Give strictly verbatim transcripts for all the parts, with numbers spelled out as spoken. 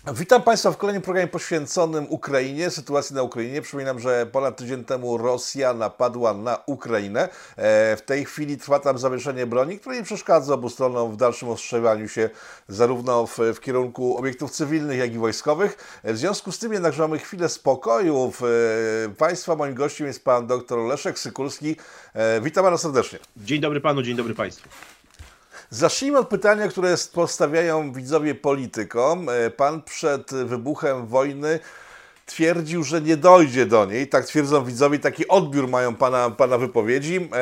Witam Państwa w kolejnym programie poświęconym Ukrainie, sytuacji na Ukrainie. Przypominam, że ponad tydzień temu Rosja napadła na Ukrainę. W tej chwili trwa tam zawieszenie broni, które nie przeszkadza obu stronom w dalszym ostrzeliwaniu się zarówno w, w kierunku obiektów cywilnych, jak i wojskowych. W związku z tym jednakże mamy chwilę spokoju. Państwa moim gościem jest pan dr Leszek Sykulski. Witam Pana serdecznie. Dzień dobry Panu, dzień dobry Państwu. Zacznijmy od pytania, które postawiają widzowie politykom. Pan przed wybuchem wojny twierdził, że nie dojdzie do niej. Tak twierdzą widzowie, taki odbiór mają pana, pana wypowiedzi. E,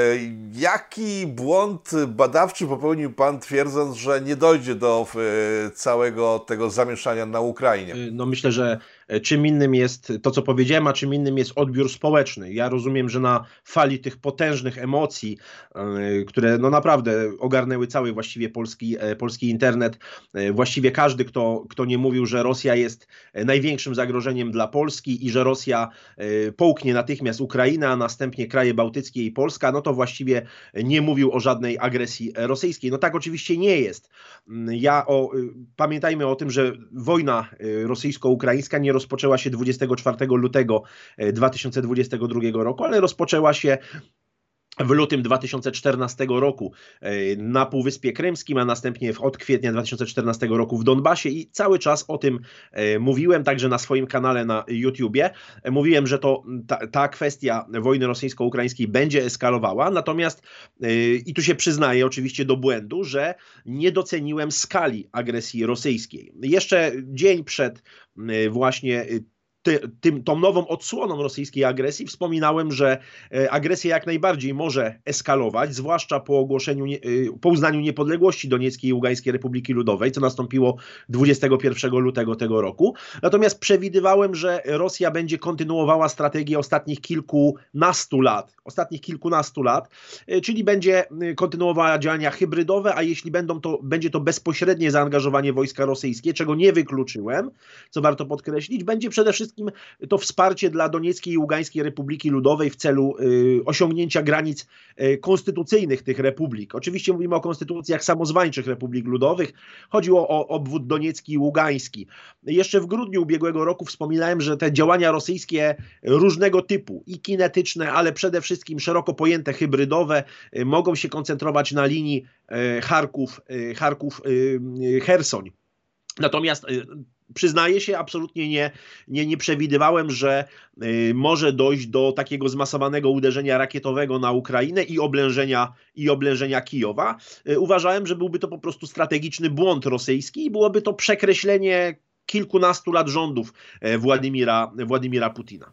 jaki błąd badawczy popełnił Pan, twierdząc, że nie dojdzie do e, całego tego zamieszania na Ukrainie? No myślę, że czym innym jest to, co powiedziałem, a czym innym jest odbiór społeczny. Ja rozumiem, że na fali tych potężnych emocji, które no naprawdę ogarnęły cały właściwie polski, polski internet, właściwie każdy, kto, kto nie mówił, że Rosja jest największym zagrożeniem dla Polski i że Rosja połknie natychmiast Ukrainę, a następnie kraje bałtyckie i Polska, no to właściwie nie mówił o żadnej agresji rosyjskiej. No tak oczywiście nie jest. Ja o, pamiętajmy o tym, że wojna rosyjsko-ukraińska nie rozpoczęła się dwudziestego czwartego lutego dwa tysiące dwudziestego drugiego roku, ale rozpoczęła się w lutym dwa tysiące czternastego roku na Półwyspie Krymskim, a następnie od kwietnia dwa tysiące czternastego roku w Donbasie i cały czas o tym mówiłem, także na swoim kanale na YouTubie. Mówiłem, że to ta, ta kwestia wojny rosyjsko-ukraińskiej będzie eskalowała, natomiast i tu się przyznaję oczywiście do błędu, że nie doceniłem skali agresji rosyjskiej. Jeszcze dzień przed właśnie Ty, tym, tą nową odsłoną rosyjskiej agresji wspominałem, że agresja jak najbardziej może eskalować, zwłaszcza po ogłoszeniu, po uznaniu niepodległości Donieckiej i Ługańskiej Republiki Ludowej, co nastąpiło dwudziestego pierwszego lutego tego roku. Natomiast przewidywałem, że Rosja będzie kontynuowała strategię ostatnich kilkunastu lat, ostatnich kilkunastu lat, czyli będzie kontynuowała działania hybrydowe, a jeśli będą to, będzie to bezpośrednie zaangażowanie wojska rosyjskie, czego nie wykluczyłem, co warto podkreślić, będzie przede wszystkim to wsparcie dla Donieckiej i Ługańskiej Republiki Ludowej w celu y, osiągnięcia granic y, konstytucyjnych tych republik. Oczywiście mówimy o konstytucjach samozwańczych republik ludowych. Chodziło o obwód doniecki i ługański. Jeszcze w grudniu ubiegłego roku wspominałem, że te działania rosyjskie różnego typu i kinetyczne, ale przede wszystkim szeroko pojęte hybrydowe y, mogą się koncentrować na linii y, Charków, y, Charków y, Chersoń. Natomiast y, przyznaję się, absolutnie nie, nie, nie przewidywałem, że y, może dojść do takiego zmasowanego uderzenia rakietowego na Ukrainę i oblężenia, i oblężenia Kijowa. Y, uważałem, że byłby to po prostu strategiczny błąd rosyjski i byłoby to przekreślenie kilkunastu lat rządów Władimira, Władimira Putina.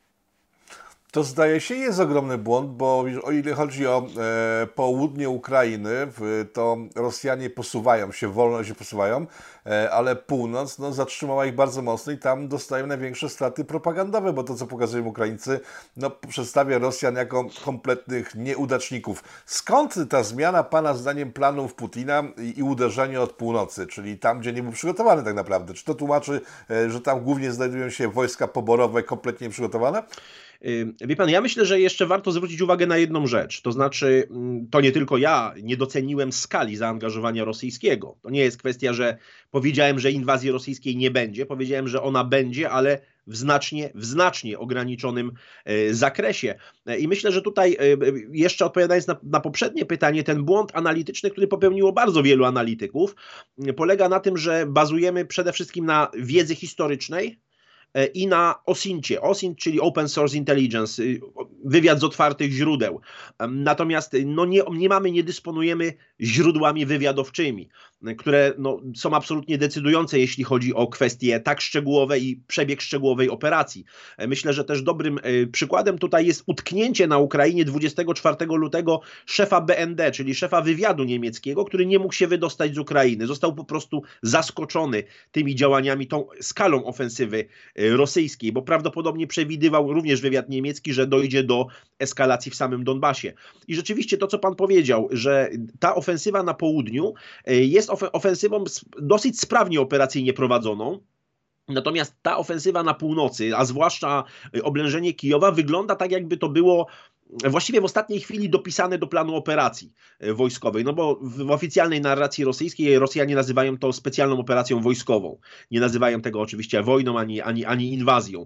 To zdaje się jest ogromny błąd, bo o ile chodzi o e, południe Ukrainy, to Rosjanie posuwają się, wolno się posuwają, e, ale północ no, zatrzymała ich bardzo mocno i tam dostają największe straty propagandowe, bo to, co pokazują Ukraińcy, no, przedstawia Rosjan jako kompletnych nieudaczników. Skąd ta zmiana, Pana zdaniem, planów Putina i, i uderzenie od północy, czyli tam, gdzie nie był przygotowany tak naprawdę? Czy to tłumaczy, e, że tam głównie znajdują się wojska poborowe kompletnie nieprzygotowane? Wie pan, ja myślę, że jeszcze warto zwrócić uwagę na jedną rzecz. To znaczy, to nie tylko ja nie doceniłem skali zaangażowania rosyjskiego. To nie jest kwestia, że powiedziałem, że inwazji rosyjskiej nie będzie. Powiedziałem, że ona będzie, ale w znacznie, w znacznie ograniczonym zakresie. I myślę, że tutaj jeszcze odpowiadając na, na poprzednie pytanie, ten błąd analityczny, który popełniło bardzo wielu analityków, polega na tym, że bazujemy przede wszystkim na wiedzy historycznej i na osincie. osint, czyli Open Source Intelligence, wywiad z otwartych źródeł. Natomiast no nie, nie mamy, nie dysponujemy źródłami wywiadowczymi, które no, są absolutnie decydujące, jeśli chodzi o kwestie tak szczegółowe i przebieg szczegółowej operacji. Myślę, że też dobrym przykładem tutaj jest utknięcie na Ukrainie dwudziestego czwartego lutego szefa B N D, czyli szefa wywiadu niemieckiego, który nie mógł się wydostać z Ukrainy. Został po prostu zaskoczony tymi działaniami, tą skalą ofensywy rosyjskiej, bo prawdopodobnie przewidywał również wywiad niemiecki, że dojdzie do eskalacji w samym Donbasie. I rzeczywiście to, co pan powiedział, że ta ofensywa na południu jest ofensywą dosyć sprawnie operacyjnie prowadzoną. Natomiast ta ofensywa na północy, a zwłaszcza oblężenie Kijowa, wygląda tak, jakby to było właściwie w ostatniej chwili dopisane do planu operacji wojskowej, no bo w oficjalnej narracji rosyjskiej Rosjanie nazywają to specjalną operacją wojskową. Nie nazywają tego oczywiście wojną ani, ani, ani inwazją.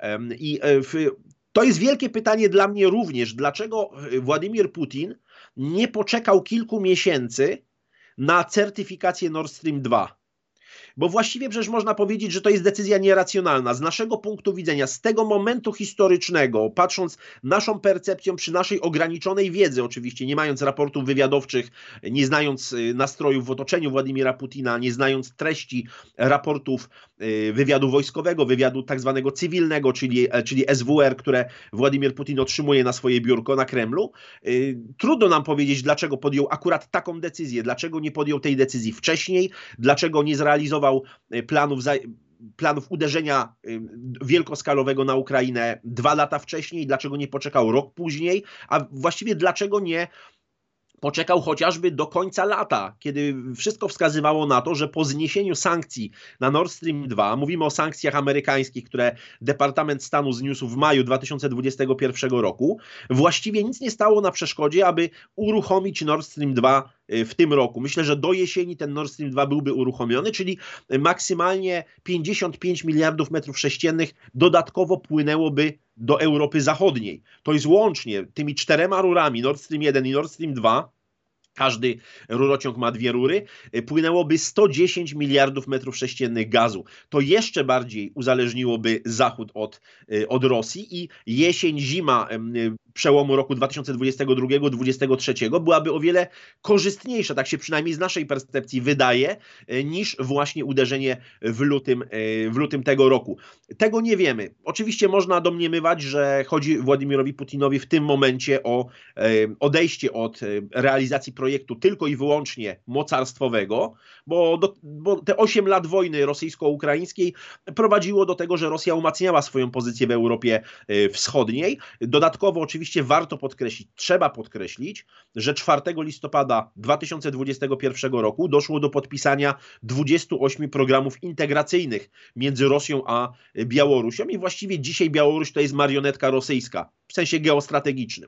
I w, to jest wielkie pytanie dla mnie również, dlaczego Władimir Putin nie poczekał kilku miesięcy na certyfikację Nord Stream dwa. Bo właściwie przecież można powiedzieć, że to jest decyzja nieracjonalna. Z naszego punktu widzenia, z tego momentu historycznego, patrząc naszą percepcją przy naszej ograniczonej wiedzy oczywiście, nie mając raportów wywiadowczych, nie znając nastrojów w otoczeniu Władimira Putina, nie znając treści raportów wywiadu wojskowego, wywiadu tak zwanego cywilnego, czyli, czyli S W R, które Władimir Putin otrzymuje na swoje biurko na Kremlu, trudno nam powiedzieć, dlaczego podjął akurat taką decyzję, dlaczego nie podjął tej decyzji wcześniej, dlaczego nie zrealizował planów, planów uderzenia wielkoskalowego na Ukrainę dwa lata wcześniej, dlaczego nie poczekał rok później, a właściwie dlaczego nie poczekał chociażby do końca lata, kiedy wszystko wskazywało na to, że po zniesieniu sankcji na Nord Stream dwa, mówimy o sankcjach amerykańskich, które Departament Stanu zniósł w maju dwa tysiące dwudziestego pierwszego roku, właściwie nic nie stało na przeszkodzie, aby uruchomić Nord Stream dwa w tym roku. Myślę, że do jesieni ten Nord Stream dwa byłby uruchomiony, czyli maksymalnie pięćdziesiąt pięć miliardów metrów sześciennych dodatkowo płynęłoby do Europy Zachodniej. To jest łącznie tymi czterema rurami Nord Stream jeden i Nord Stream dwa, każdy rurociąg ma dwie rury, płynęłoby sto dziesięć miliardów metrów sześciennych gazu. To jeszcze bardziej uzależniłoby Zachód od, od Rosji i jesień, zima przełomu roku dwa tysiące dwudziestego drugiego do dwa tysiące dwudziestego trzeciego byłaby o wiele korzystniejsza, tak się przynajmniej z naszej percepcji wydaje, niż właśnie uderzenie w lutym, w lutym tego roku. Tego nie wiemy. Oczywiście można domniemywać, że chodzi Władimirowi Putinowi w tym momencie o odejście od realizacji projektu tylko i wyłącznie mocarstwowego, bo, do, bo te osiem lat wojny rosyjsko-ukraińskiej prowadziło do tego, że Rosja umacniała swoją pozycję w Europie Wschodniej. Dodatkowo oczywiście warto podkreślić, trzeba podkreślić, że czwartego listopada dwa tysiące dwudziestego pierwszego roku doszło do podpisania dwudziestu ośmiu programów integracyjnych między Rosją a Białorusią i właściwie dzisiaj Białoruś to jest marionetka rosyjska w sensie geostrategicznym.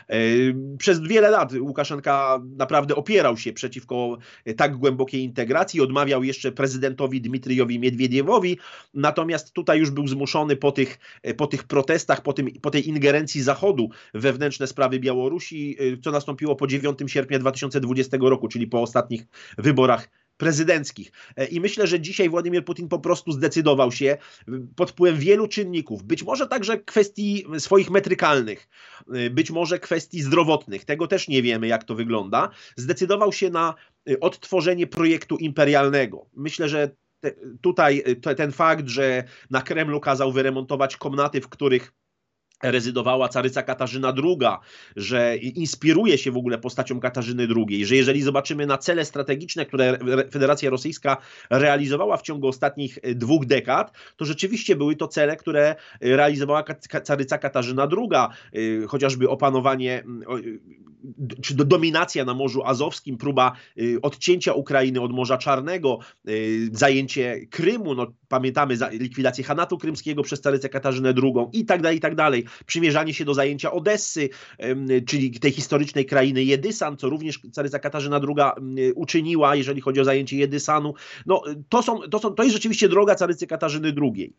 Przez wiele lat Łukaszenka naprawdę opierał się przeciwko tak głębokiej integracji, odmawiał jeszcze prezydentowi Dmitrijowi Miedwiediewowi, natomiast tutaj już był zmuszony po tych, po tych protestach, po, tym, po tej ingerencji Zachodu w wewnętrzne sprawy Białorusi, co nastąpiło po dziewiątego sierpnia dwa tysiące dwudziestego roku, czyli po ostatnich wyborach prezydenckich. I myślę, że dzisiaj Władimir Putin po prostu zdecydował się pod wpływem wielu czynników, być może także kwestii swoich metrykalnych, być może kwestii zdrowotnych, tego też nie wiemy, jak to wygląda, zdecydował się na odtworzenie projektu imperialnego. Myślę, że te, tutaj te, ten fakt, że na Kremlu kazał wyremontować komnaty, w których rezydowała caryca Katarzyna druga, że inspiruje się w ogóle postacią Katarzyny drugiej, że jeżeli zobaczymy na cele strategiczne, które Federacja Rosyjska realizowała w ciągu ostatnich dwóch dekad, to rzeczywiście były to cele, które realizowała caryca Katarzyna druga, chociażby opanowanie czy dominacja na Morzu Azowskim, próba odcięcia Ukrainy od Morza Czarnego, zajęcie Krymu, no, pamiętamy likwidację Hanatu Krymskiego przez carycę Katarzynę drugą i tak dalej, i tak dalej. Przymierzanie się do zajęcia Odessy, czyli tej historycznej krainy Jedysan, co również caryca Katarzyna druga uczyniła, jeżeli chodzi o zajęcie Jedysanu. No, to, są, to, są, to jest rzeczywiście droga carycy Katarzyny drugiej.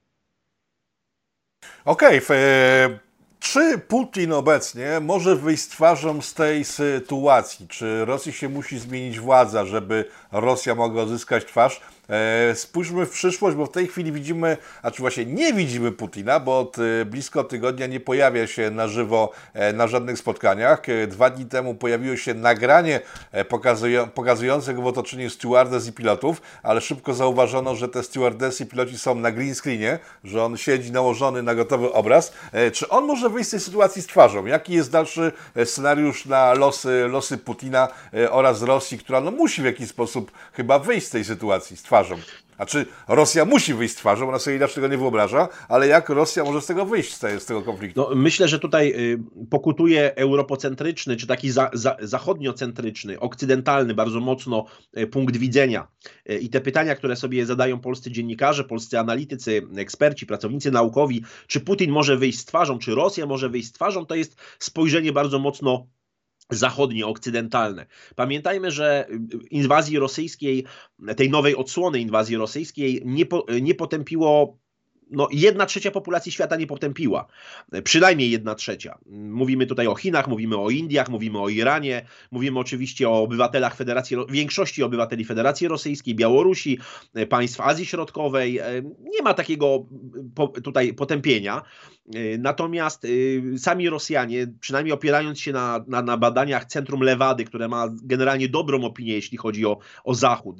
Okej, okay. Czy Putin obecnie może wyjść twarzą z tej sytuacji? Czy Rosji się musi zmienić władza, żeby Rosja mogła odzyskać twarz? E, spójrzmy w przyszłość, bo w tej chwili widzimy, a czy właśnie nie widzimy Putina, bo od e, blisko tygodnia nie pojawia się na żywo e, na żadnych spotkaniach. E, dwa dni temu pojawiło się nagranie e, pokazują, pokazujące go w otoczeniu stewardess i pilotów, ale szybko zauważono, że te stewardessy i piloci są na green screenie, że on siedzi nałożony na gotowy obraz. E, czy on może wyjść z tej sytuacji z twarzą? Jaki jest dalszy scenariusz na losy, losy Putina e, oraz Rosji, która no, musi w jakiś sposób chyba wyjść z tej sytuacji z twarzą? Znaczy, Rosja musi wyjść z twarzą, ona sobie inaczej tego nie wyobraża, ale jak Rosja może z tego wyjść, z, tej, z tego konfliktu? No, myślę, że tutaj y, pokutuje europocentryczny, czy taki za, za, zachodniocentryczny, okcydentalny bardzo mocno y, punkt widzenia. Y, I te pytania, które sobie zadają polscy dziennikarze, polscy analitycy, eksperci, pracownicy naukowi, czy Putin może wyjść z twarzą, czy Rosja może wyjść z twarzą, to jest spojrzenie bardzo mocno zachodnie, okcydentalne. Pamiętajmy, że inwazji rosyjskiej, tej nowej odsłony inwazji rosyjskiej nie, po, nie potępiło, no jedna trzecia populacji świata nie potępiła. Przynajmniej jedna trzecia. Mówimy tutaj o Chinach, mówimy o Indiach, mówimy o Iranie, mówimy oczywiście o obywatelach Federacji, większości obywateli Federacji Rosyjskiej, Białorusi, państw Azji Środkowej. Nie ma takiego tutaj potępienia. Natomiast sami Rosjanie, przynajmniej opierając się na, na, na badaniach Centrum Lewady, które ma generalnie dobrą opinię, jeśli chodzi o, o Zachód,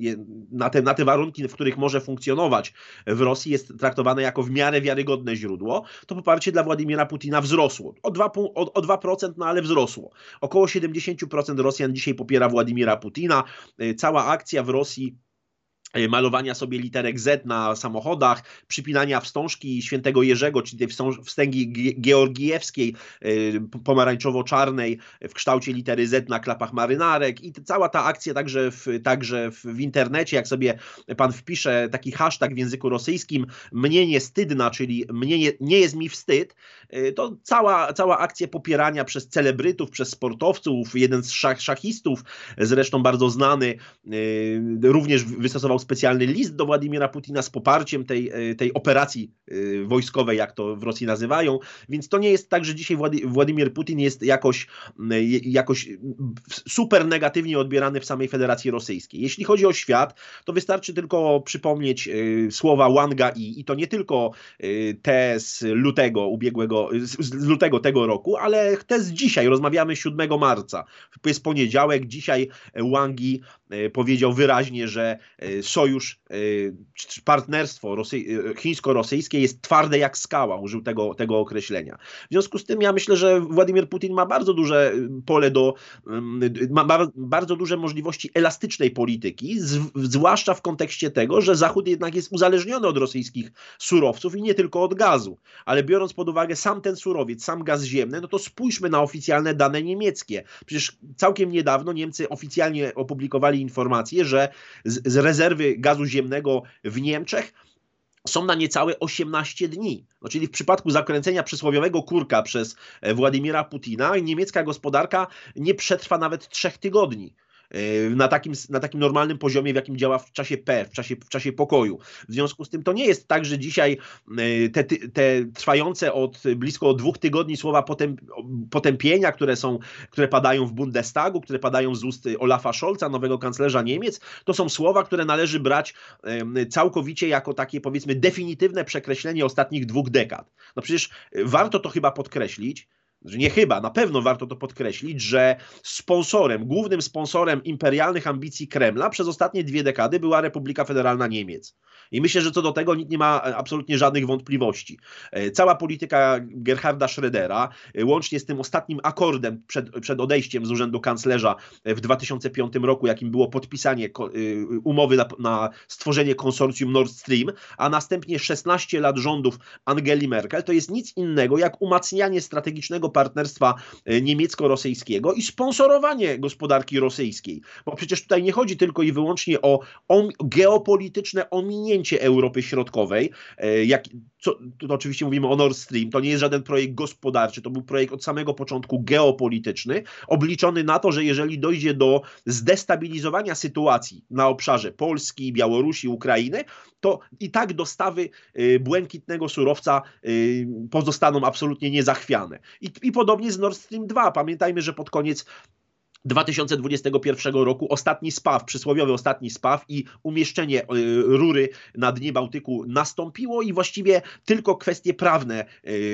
na te, na te warunki, w których może funkcjonować w Rosji, jest traktowane jako w miarę wiarygodne źródło, to poparcie dla Władimira Putina wzrosło. O dwa, o, o dwa procent, no ale wzrosło. Około siedemdziesiąt procent Rosjan dzisiaj popiera Władimira Putina. Cała akcja w Rosji malowania sobie literek Z na samochodach, przypinania wstążki świętego Jerzego, czyli tej wstęgi georgijewskiej, pomarańczowo-czarnej w kształcie litery Z na klapach marynarek i cała ta akcja także w, także w internecie, jak sobie pan wpisze taki hashtag w języku rosyjskim mnie nie stydna, czyli mnie nie, nie jest mi wstyd, to cała, cała akcja popierania przez celebrytów, przez sportowców, jeden z szach, szachistów, zresztą bardzo znany, również wystosował specjalny list do Władimira Putina z poparciem tej, tej operacji wojskowej, jak to w Rosji nazywają, więc to nie jest tak, że dzisiaj Władimir Putin jest jakoś, jakoś super negatywnie odbierany w samej Federacji Rosyjskiej. Jeśli chodzi o świat, to wystarczy tylko przypomnieć słowa Wanga I i to nie tylko te z lutego ubiegłego, z lutego tego roku, ale te z dzisiaj. Rozmawiamy siódmego marca. Jest poniedziałek, dzisiaj Wang I powiedział wyraźnie, że sojusz, partnerstwo chińsko-rosyjskie jest twarde jak skała, użył tego, tego określenia. W związku z tym ja myślę, że Władimir Putin ma bardzo duże pole do, ma bardzo duże możliwości elastycznej polityki, zwłaszcza w kontekście tego, że Zachód jednak jest uzależniony od rosyjskich surowców i nie tylko od gazu, ale biorąc pod uwagę sam ten surowiec, sam gaz ziemny, no to spójrzmy na oficjalne dane niemieckie. Przecież całkiem niedawno Niemcy oficjalnie opublikowali informację, że z, z rezerwy gazu ziemnego w Niemczech są na niecałe osiemnaście dni. No, czyli w przypadku zakręcenia przysłowiowego kurka przez Władimira Putina niemiecka gospodarka nie przetrwa nawet trzech tygodni. Na takim, na takim normalnym poziomie, w jakim działa w czasie P, w czasie, w czasie pokoju. W związku z tym to nie jest tak, że dzisiaj te, te trwające od blisko dwóch tygodni słowa potęp, potępienia, które są, które padają w Bundestagu, które padają z ust Olafa Scholza, nowego kanclerza Niemiec, to są słowa, które należy brać całkowicie jako takie, powiedzmy, definitywne przekreślenie ostatnich dwóch dekad. No przecież warto to chyba podkreślić, nie chyba, na pewno warto to podkreślić, że sponsorem, głównym sponsorem imperialnych ambicji Kremla przez ostatnie dwie dekady była Republika Federalna Niemiec. I myślę, że co do tego nikt nie ma absolutnie żadnych wątpliwości. Cała polityka Gerharda Schrödera, łącznie z tym ostatnim akordem przed, przed odejściem z urzędu kanclerza w dwa tysiące piątym roku, jakim było podpisanie umowy na, na stworzenie konsorcjum Nord Stream, a następnie szesnaście lat rządów Angeli Merkel, to jest nic innego jak umacnianie strategicznego partnerstwa niemiecko-rosyjskiego i sponsorowanie gospodarki rosyjskiej. Bo przecież tutaj nie chodzi tylko i wyłącznie o, o geopolityczne ominięcie Europy Środkowej. Jak, co, to oczywiście mówimy o Nord Stream. To nie jest żaden projekt gospodarczy, to był projekt od samego początku geopolityczny, obliczony na to, że jeżeli dojdzie do zdestabilizowania sytuacji na obszarze Polski, Białorusi, Ukrainy, to i tak dostawy błękitnego surowca pozostaną absolutnie niezachwiane. I, i podobnie z Nord Stream dwa. Pamiętajmy, że pod koniec dwa tysiące dwudziestego pierwszego roku ostatni spaw, przysłowiowy ostatni spaw i umieszczenie rury na dnie Bałtyku nastąpiło i właściwie tylko kwestie prawne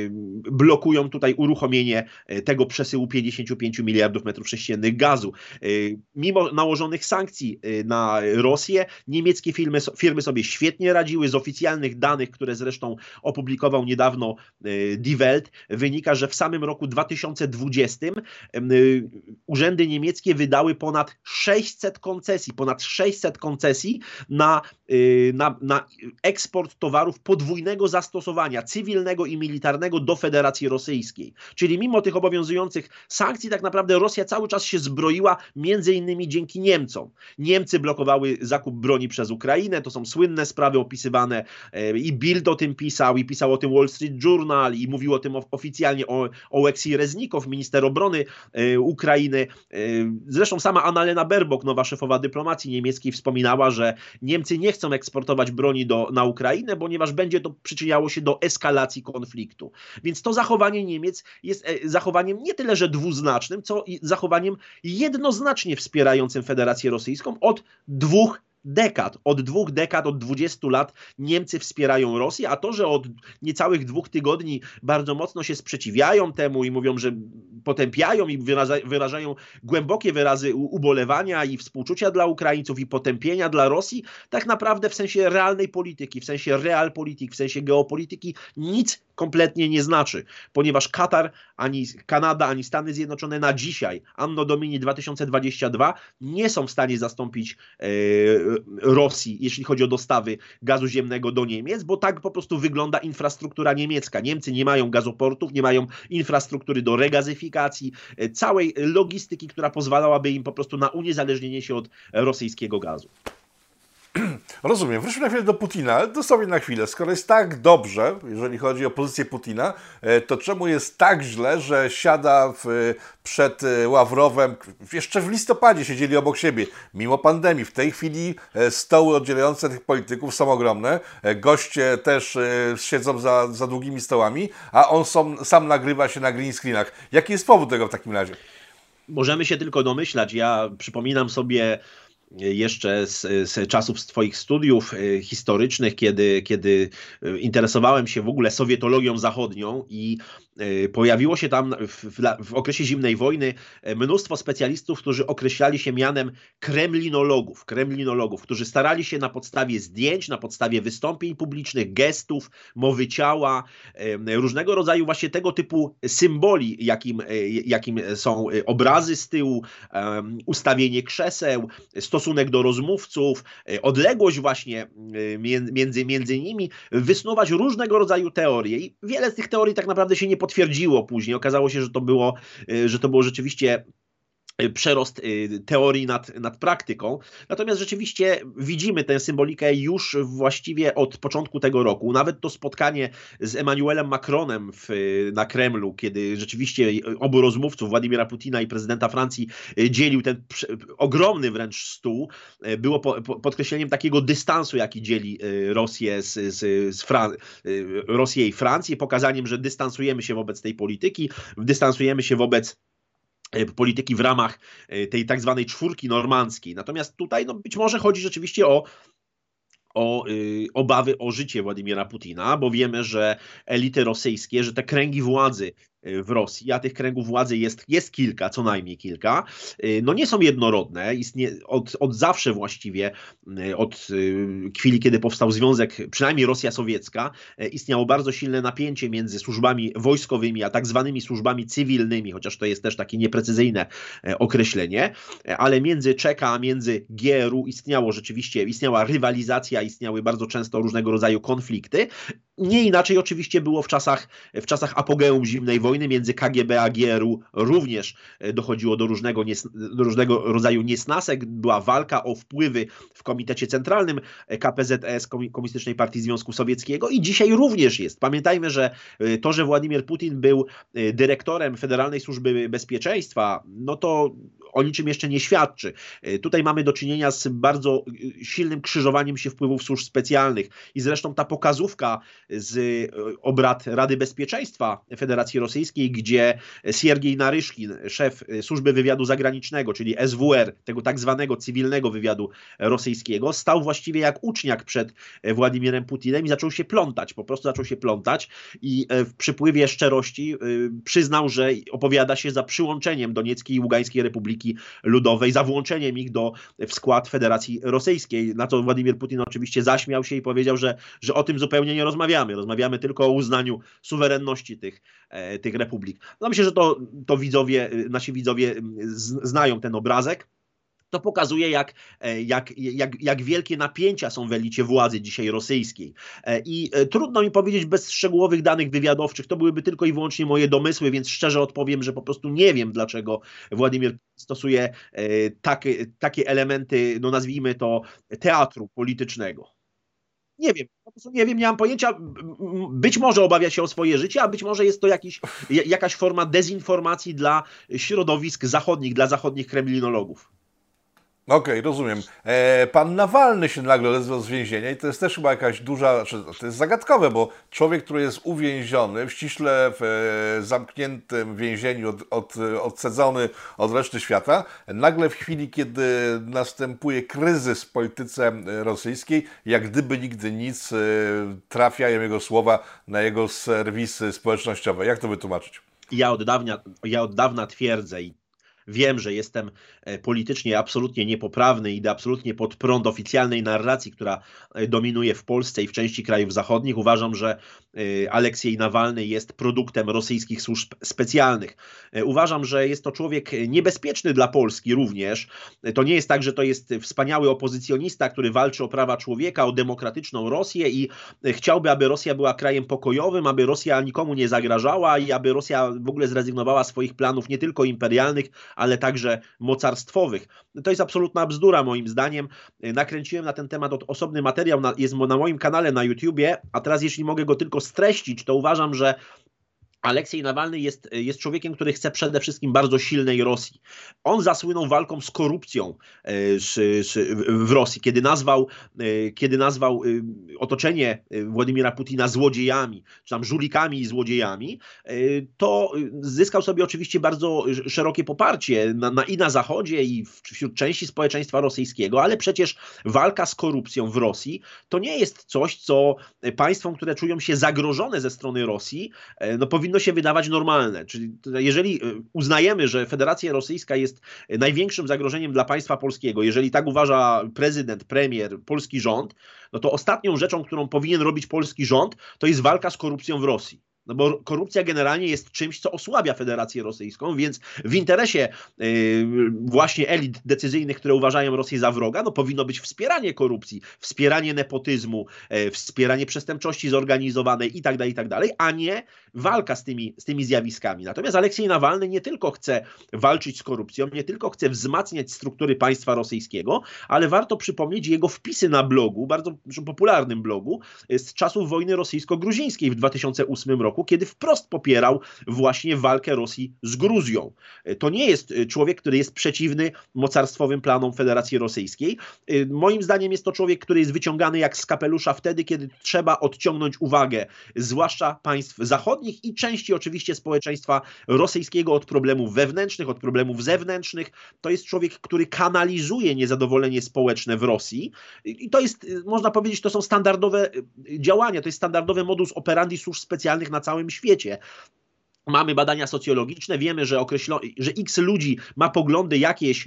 blokują tutaj uruchomienie tego przesyłu pięćdziesięciu pięciu miliardów metrów sześciennych gazu. Mimo nałożonych sankcji na Rosję, niemieckie firmy, firmy sobie świetnie radziły. Z oficjalnych danych, które zresztą opublikował niedawno Die Welt, wynika, że w samym roku dwa tysiące dwudziestym urzędy niemieckie niemieckie wydały ponad sześćset koncesji, ponad sześćset koncesji na, yy, na, na eksport towarów podwójnego zastosowania, cywilnego i militarnego do Federacji Rosyjskiej. Czyli mimo tych obowiązujących sankcji tak naprawdę Rosja cały czas się zbroiła między innymi dzięki Niemcom. Niemcy blokowały zakup broni przez Ukrainę, to są słynne sprawy opisywane yy, i Bild o tym pisał, i pisał o tym Wall Street Journal, i mówił o tym oficjalnie o Oleksij Reznikow, minister obrony yy, Ukrainy. Yy, zresztą sama Annalena Baerbock, nowa szefowa dyplomacji niemieckiej, wspominała, że Niemcy nie chcą eksportować broni do, na Ukrainę, ponieważ będzie to przyczyniało się do eskalacji konfliktu. Więc to zachowanie Niemiec jest zachowaniem nie tyle, że dwuznacznym, co zachowaniem jednoznacznie wspierającym Federację Rosyjską od dwóch dekad. Od dwóch dekad, od dwudziestu lat Niemcy wspierają Rosję, a to, że od niecałych dwóch tygodni bardzo mocno się sprzeciwiają temu i mówią, że potępiają i wyrażają głębokie wyrazy ubolewania i współczucia dla Ukraińców i potępienia dla Rosji, tak naprawdę w sensie realnej polityki, w sensie realpolitik, w sensie geopolityki nic kompletnie nie znaczy, ponieważ Katar, ani Kanada, ani Stany Zjednoczone na dzisiaj, Anno Domini dwa tysiące dwadzieścia dwa, nie są w stanie zastąpić e, Rosji, jeśli chodzi o dostawy gazu ziemnego do Niemiec, bo tak po prostu wygląda infrastruktura niemiecka. Niemcy nie mają gazoportów, nie mają infrastruktury do regazyfikacji, e, całej logistyki, która pozwalałaby im po prostu na uniezależnienie się od rosyjskiego gazu. Rozumiem. Wróćmy na chwilę do Putina, ale dosłownie na chwilę. Skoro jest tak dobrze, jeżeli chodzi o pozycję Putina, to czemu jest tak źle, że siada w, przed Ławrowem, jeszcze w listopadzie siedzieli obok siebie, mimo pandemii. W tej chwili stoły oddzielające tych polityków są ogromne. Goście też siedzą za, za długimi stołami, a on sam, sam nagrywa się na green screenach. Jaki jest powód tego w takim razie? Możemy się tylko domyślać. Ja przypominam sobie jeszcze z, z czasów z Twoich studiów historycznych, kiedy, kiedy interesowałem się w ogóle sowietologią zachodnią i pojawiło się tam w, w okresie zimnej wojny mnóstwo specjalistów, którzy określali się mianem kremlinologów, kremlinologów, którzy starali się na podstawie zdjęć, na podstawie wystąpień publicznych, gestów, mowy ciała, różnego rodzaju właśnie tego typu symboli, jakim, jakim są obrazy z tyłu, ustawienie krzeseł, stosunek do rozmówców, odległość właśnie między, między nimi, wysnuwać różnego rodzaju teorie. I wiele z tych teorii tak naprawdę się nie potwierdziło później. Okazało się, że to było, że to było rzeczywiście przerost teorii nad, nad praktyką. Natomiast rzeczywiście widzimy tę symbolikę już właściwie od początku tego roku. Nawet to spotkanie z Emmanuelem Macronem w, na Kremlu, kiedy rzeczywiście obu rozmówców, Władimira Putina i prezydenta Francji, dzielił ten ogromny wręcz stół, było po, po, podkreśleniem takiego dystansu, jaki dzieli Rosję, z, z, z Fran- Rosję i Francję, pokazaniem, że dystansujemy się wobec tej polityki, dystansujemy się wobec polityki w ramach tej tak zwanej czwórki normandzkiej. Natomiast tutaj no, być może chodzi rzeczywiście o o y, obawy o życie Władimira Putina, bo wiemy, że elity rosyjskie, że te kręgi władzy w Rosji, a tych kręgów władzy jest, jest kilka, co najmniej kilka, no nie są jednorodne. Istnie, od, od zawsze właściwie, od chwili, kiedy powstał związek, przynajmniej Rosja sowiecka, istniało bardzo silne napięcie między służbami wojskowymi, a tak zwanymi służbami cywilnymi, chociaż to jest też takie nieprecyzyjne określenie, ale między Czeka a między G R U istniało rzeczywiście, istniała rywalizacja, istniały bardzo często różnego rodzaju konflikty. Nie inaczej oczywiście było w czasach, w czasach apogeum zimnej wojny między K G B a G R U. Również dochodziło do różnego, do różnego rodzaju niesnasek. Była walka o wpływy w Komitecie Centralnym K P Z S, Komunistycznej Partii Związku Sowieckiego, i dzisiaj również jest. Pamiętajmy, że to, że Władimir Putin był dyrektorem Federalnej Służby Bezpieczeństwa, no to o niczym jeszcze nie świadczy. Tutaj mamy do czynienia z bardzo silnym krzyżowaniem się wpływów służb specjalnych i zresztą ta pokazówka z obrad Rady Bezpieczeństwa Federacji Rosyjskiej, gdzie Siergiej Naryszkin, szef Służby Wywiadu Zagranicznego, czyli S W R, tego tak zwanego cywilnego wywiadu rosyjskiego, stał właściwie jak uczniak przed Władimirem Putinem i zaczął się plątać, po prostu zaczął się plątać i w przypływie szczerości przyznał, że opowiada się za przyłączeniem Donieckiej i Ługańskiej Republiki Ludowej, za włączeniem ich do, w skład Federacji Rosyjskiej, na co Władimir Putin oczywiście zaśmiał się i powiedział, że, że o tym zupełnie nie rozmawiamy. Rozmawiamy tylko o uznaniu suwerenności tych, tych tych republik. No myślę, że to, to widzowie, nasi widzowie znają ten obrazek. To pokazuje, jak, jak, jak, jak wielkie napięcia są w elicie władzy dzisiaj rosyjskiej. I trudno mi powiedzieć bez szczegółowych danych wywiadowczych, to byłyby tylko i wyłącznie moje domysły, więc szczerze odpowiem, że po prostu nie wiem, dlaczego Władimir stosuje takie, takie elementy, no nazwijmy to, teatru politycznego. Nie wiem, po prostu nie wiem, nie mam pojęcia. Być może obawia się o swoje życie, a być może jest to jakiś, jakaś forma dezinformacji dla środowisk zachodnich, dla zachodnich kremlinologów. Okej, okay, rozumiem. E, pan Nawalny się nagle odezwał z więzienia i to jest też chyba jakaś duża, to jest zagadkowe, bo człowiek, który jest uwięziony, w ściśle w e, zamkniętym więzieniu, od, od, odsadzony od reszty świata, nagle w chwili, kiedy następuje kryzys w polityce rosyjskiej, jak gdyby nigdy nic, e, trafiają jego słowa na jego serwisy społecznościowe. Jak to wytłumaczyć? Ja od dawna, ja od dawna twierdzę i wiem, że jestem politycznie absolutnie niepoprawny, idę absolutnie pod prąd oficjalnej narracji, która dominuje w Polsce i w części krajów zachodnich. Uważam, że Aleksiej Nawalny jest produktem rosyjskich służb specjalnych. Uważam, że jest to człowiek niebezpieczny dla Polski również. To nie jest tak, że to jest wspaniały opozycjonista, który walczy o prawa człowieka, o demokratyczną Rosję i chciałby, aby Rosja była krajem pokojowym, aby Rosja nikomu nie zagrażała i aby Rosja w ogóle zrezygnowała z swoich planów nie tylko imperialnych, ale także mocarstwowych. To jest absolutna bzdura moim zdaniem. Nakręciłem na ten temat osobny materiał, na, jest na moim kanale na YouTubie, a teraz jeśli mogę go tylko streścić, to uważam, że Aleksiej Nawalny jest, jest człowiekiem, który chce przede wszystkim bardzo silnej Rosji. On zasłynął walką z korupcją w Rosji, kiedy nazwał, kiedy nazwał otoczenie Władimira Putina złodziejami, czy tam żulikami i złodziejami, to zyskał sobie oczywiście bardzo szerokie poparcie na, na, i na Zachodzie, i wśród części społeczeństwa rosyjskiego, ale przecież walka z korupcją w Rosji to nie jest coś, co państwom, które czują się zagrożone ze strony Rosji, no powinno powinno się wydawać normalne. Czyli jeżeli uznajemy, że Federacja Rosyjska jest największym zagrożeniem dla państwa polskiego, jeżeli tak uważa prezydent, premier, polski rząd, no to ostatnią rzeczą, którą powinien robić polski rząd, to jest walka z korupcją w Rosji. No bo korupcja generalnie jest czymś, co osłabia Federację Rosyjską, więc w interesie yy, właśnie elit decyzyjnych, które uważają Rosję za wroga, no powinno być wspieranie korupcji, wspieranie nepotyzmu, yy, wspieranie przestępczości zorganizowanej i tak dalej, i tak dalej, a nie walka z tymi, z tymi zjawiskami. Natomiast Aleksiej Nawalny nie tylko chce walczyć z korupcją, nie tylko chce wzmacniać struktury państwa rosyjskiego, ale warto przypomnieć jego wpisy na blogu, bardzo popularnym blogu, z czasów wojny rosyjsko-gruzińskiej w dwa tysiące ósmym roku, kiedy wprost popierał właśnie walkę Rosji z Gruzją. To nie jest człowiek, który jest przeciwny mocarstwowym planom Federacji Rosyjskiej. Moim zdaniem jest to człowiek, który jest wyciągany jak z kapelusza wtedy, kiedy trzeba odciągnąć uwagę, zwłaszcza państw zachodnich i części oczywiście społeczeństwa rosyjskiego od problemów wewnętrznych, od problemów zewnętrznych. To jest człowiek, który kanalizuje niezadowolenie społeczne w Rosji i to jest, można powiedzieć, to są standardowe działania, to jest standardowy modus operandi służb specjalnych na całym świecie. Mamy badania socjologiczne, wiemy, że, określo, że x ludzi ma poglądy jakieś,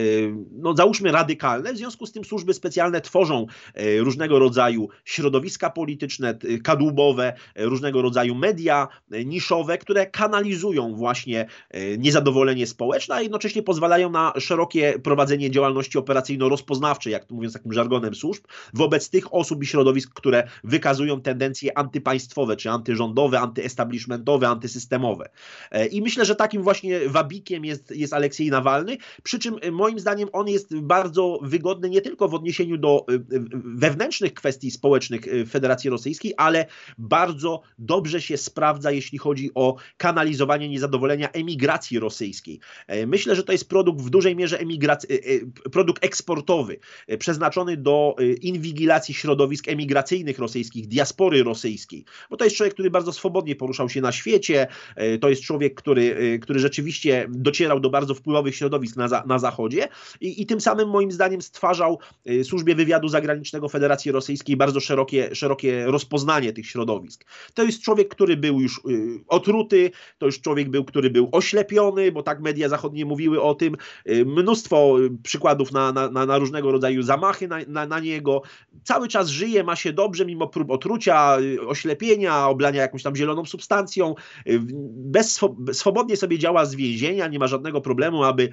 no załóżmy radykalne, w związku z tym służby specjalne tworzą różnego rodzaju środowiska polityczne, kadłubowe, różnego rodzaju media niszowe, które kanalizują właśnie niezadowolenie społeczne, a jednocześnie pozwalają na szerokie prowadzenie działalności operacyjno-rozpoznawczej, jak to mówiąc takim żargonem służb, wobec tych osób i środowisk, które wykazują tendencje antypaństwowe, czy antyrządowe, antyestablishmentowe, antysystemowe. I myślę, że takim właśnie wabikiem jest, jest Aleksiej Nawalny, przy czym moim zdaniem on jest bardzo wygodny nie tylko w odniesieniu do wewnętrznych kwestii społecznych Federacji Rosyjskiej, ale bardzo dobrze się sprawdza, jeśli chodzi o kanalizowanie niezadowolenia emigracji rosyjskiej. Myślę, że to jest produkt w dużej mierze emigracji, produkt eksportowy, przeznaczony do inwigilacji środowisk emigracyjnych rosyjskich, diaspory rosyjskiej, bo to jest człowiek, który bardzo swobodnie poruszał się na świecie. To jest człowiek, który, który rzeczywiście docierał do bardzo wpływowych środowisk na, na Zachodzie i, i tym samym moim zdaniem stwarzał służbie wywiadu zagranicznego Federacji Rosyjskiej bardzo szerokie, szerokie rozpoznanie tych środowisk. To jest człowiek, który był już otruty, to już człowiek był, który był oślepiony, bo tak media zachodnie mówiły o tym. Mnóstwo przykładów na, na, na różnego rodzaju zamachy na, na, na niego. Cały czas żyje, ma się dobrze, mimo prób otrucia, oślepienia, oblania jakąś tam zieloną substancją. bez, swobodnie sobie działa z więzienia, nie ma żadnego problemu, aby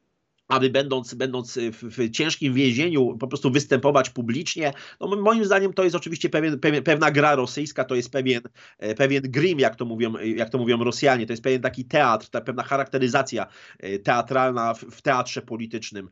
aby będąc, będąc w, w ciężkim więzieniu po prostu występować publicznie. No, moim zdaniem to jest oczywiście pewien, pewien, pewna gra rosyjska, to jest pewien, pewien grim, jak to, mówią, jak to mówią Rosjanie, to jest pewien taki teatr, ta pewna charakteryzacja teatralna w, w teatrze politycznym,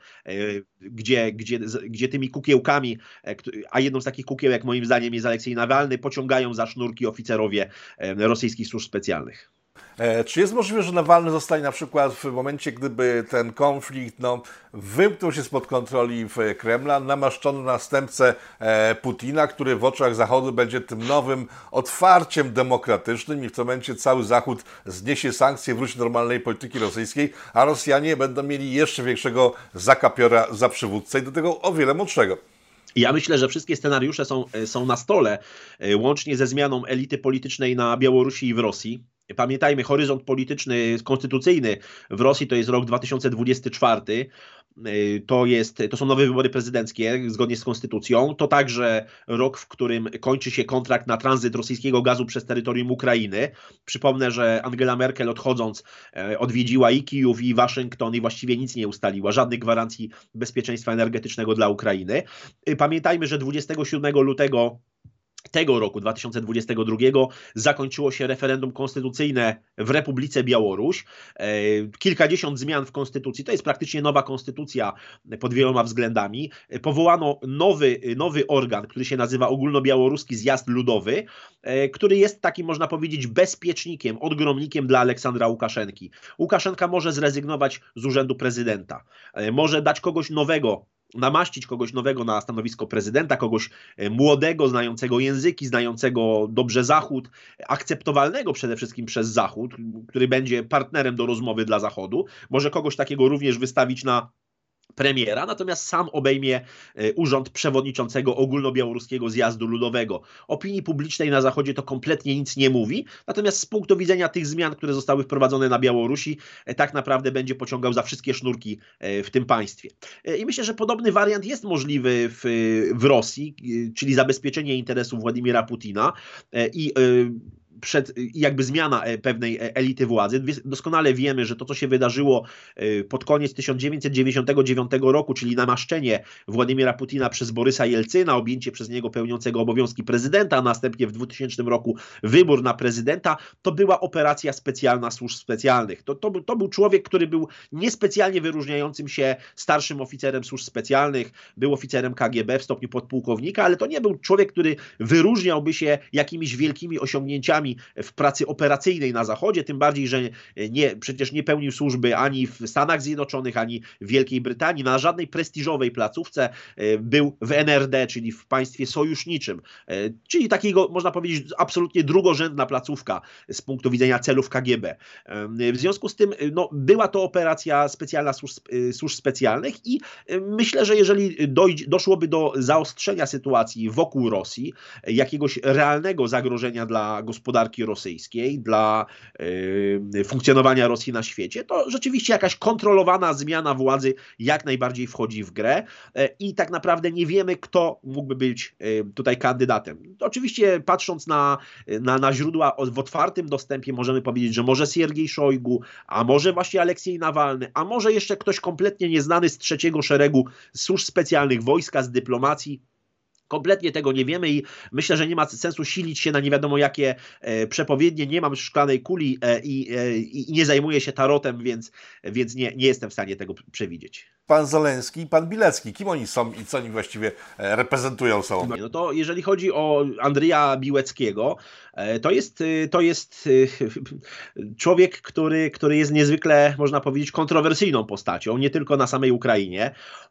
gdzie, gdzie, gdzie tymi kukiełkami, a jedną z takich kukiełek moim zdaniem jest Aleksiej Nawalny, pociągają za sznurki oficerowie rosyjskich służb specjalnych. Czy jest możliwe, że Nawalny zostanie na przykład w momencie, gdyby ten konflikt no, wymknął się spod kontroli w Kremla, namaszczono następcę Putina, który w oczach Zachodu będzie tym nowym otwarciem demokratycznym i w tym momencie cały Zachód zniesie sankcje, wróci do normalnej polityki rosyjskiej, a Rosjanie będą mieli jeszcze większego zakapiora za przywódcę i do tego o wiele młodszego. Ja myślę, że wszystkie scenariusze są, są na stole, łącznie ze zmianą elity politycznej na Białorusi i w Rosji. Pamiętajmy, horyzont polityczny, konstytucyjny w Rosji to jest rok dwa tysiące dwudziesty czwarty. To, jest, to są nowe wybory prezydenckie zgodnie z konstytucją. To także rok, w którym kończy się kontrakt na tranzyt rosyjskiego gazu przez terytorium Ukrainy. Przypomnę, że Angela Merkel odchodząc odwiedziła i Kijów, i Waszyngton i właściwie nic nie ustaliła. Żadnych gwarancji bezpieczeństwa energetycznego dla Ukrainy. Pamiętajmy, że dwudziestego siódmego lutego tego roku, dwa tysiące dwudziestego drugiego, zakończyło się referendum konstytucyjne w Republice Białoruś. Kilkadziesiąt zmian w konstytucji, to jest praktycznie nowa konstytucja pod wieloma względami. Powołano nowy, nowy organ, który się nazywa Ogólnobiałoruski Zjazd Ludowy, który jest takim, można powiedzieć, bezpiecznikiem, odgromnikiem dla Aleksandra Łukaszenki. Łukaszenka może zrezygnować z urzędu prezydenta, może dać kogoś nowego, namaścić kogoś nowego na stanowisko prezydenta, kogoś młodego, znającego języki, znającego dobrze Zachód, akceptowalnego przede wszystkim przez Zachód, który będzie partnerem do rozmowy dla Zachodu. Może kogoś takiego również wystawić na premiera, natomiast sam obejmie urząd przewodniczącego Ogólnobiałoruskiego Zjazdu Ludowego. Opinii publicznej na Zachodzie to kompletnie nic nie mówi, natomiast z punktu widzenia tych zmian, które zostały wprowadzone na Białorusi, tak naprawdę będzie pociągał za wszystkie sznurki w tym państwie. I myślę, że podobny wariant jest możliwy w, w Rosji, czyli zabezpieczenie interesów Władimira Putina i przed jakby zmiana pewnej elity władzy. Doskonale wiemy, że to, co się wydarzyło pod koniec tysiąc dziewięćset dziewięćdziesiątego dziewiątego roku, czyli namaszczenie Władimira Putina przez Borysa Jelcyna, objęcie przez niego pełniącego obowiązki prezydenta, a następnie w dwutysięcznym roku wybór na prezydenta, to była operacja specjalna służb specjalnych. To, to, to był człowiek, który był niespecjalnie wyróżniającym się starszym oficerem służb specjalnych, był oficerem K G B w stopniu podpułkownika, ale to nie był człowiek, który wyróżniałby się jakimiś wielkimi osiągnięciami w pracy operacyjnej na Zachodzie, tym bardziej, że nie, przecież nie pełnił służby ani w Stanach Zjednoczonych, ani w Wielkiej Brytanii, na żadnej prestiżowej placówce. Był w N R D, czyli w państwie sojuszniczym, czyli takiego, można powiedzieć, absolutnie drugorzędna placówka z punktu widzenia celów K G B. W związku z tym no, była to operacja specjalna służb, służb specjalnych i myślę, że jeżeli dojdzie, doszłoby do zaostrzenia sytuacji wokół Rosji, jakiegoś realnego zagrożenia dla gospodarki rosyjskiej, dla y, funkcjonowania Rosji na świecie, to rzeczywiście jakaś kontrolowana zmiana władzy jak najbardziej wchodzi w grę y, i tak naprawdę nie wiemy, kto mógłby być y, tutaj kandydatem. Oczywiście patrząc na, na, na źródła w otwartym dostępie możemy powiedzieć, że może Siergiej Szojgu, a może właśnie Aleksiej Nawalny, a może jeszcze ktoś kompletnie nieznany z trzeciego szeregu służb specjalnych, wojska, z dyplomacji. Kompletnie tego nie wiemy i myślę, że nie ma sensu silić się na nie wiadomo jakie e, przepowiednie. Nie mam szklanej kuli e, i, e, i nie zajmuję się tarotem, więc, więc nie, nie jestem w stanie tego przewidzieć. Pan Zeleński i pan Bilecki. Kim oni są i co oni właściwie reprezentują sobą? No to jeżeli chodzi o Andrija Biłeckiego, to jest, to jest człowiek, który, który jest niezwykle, można powiedzieć, kontrowersyjną postacią, nie tylko na samej Ukrainie.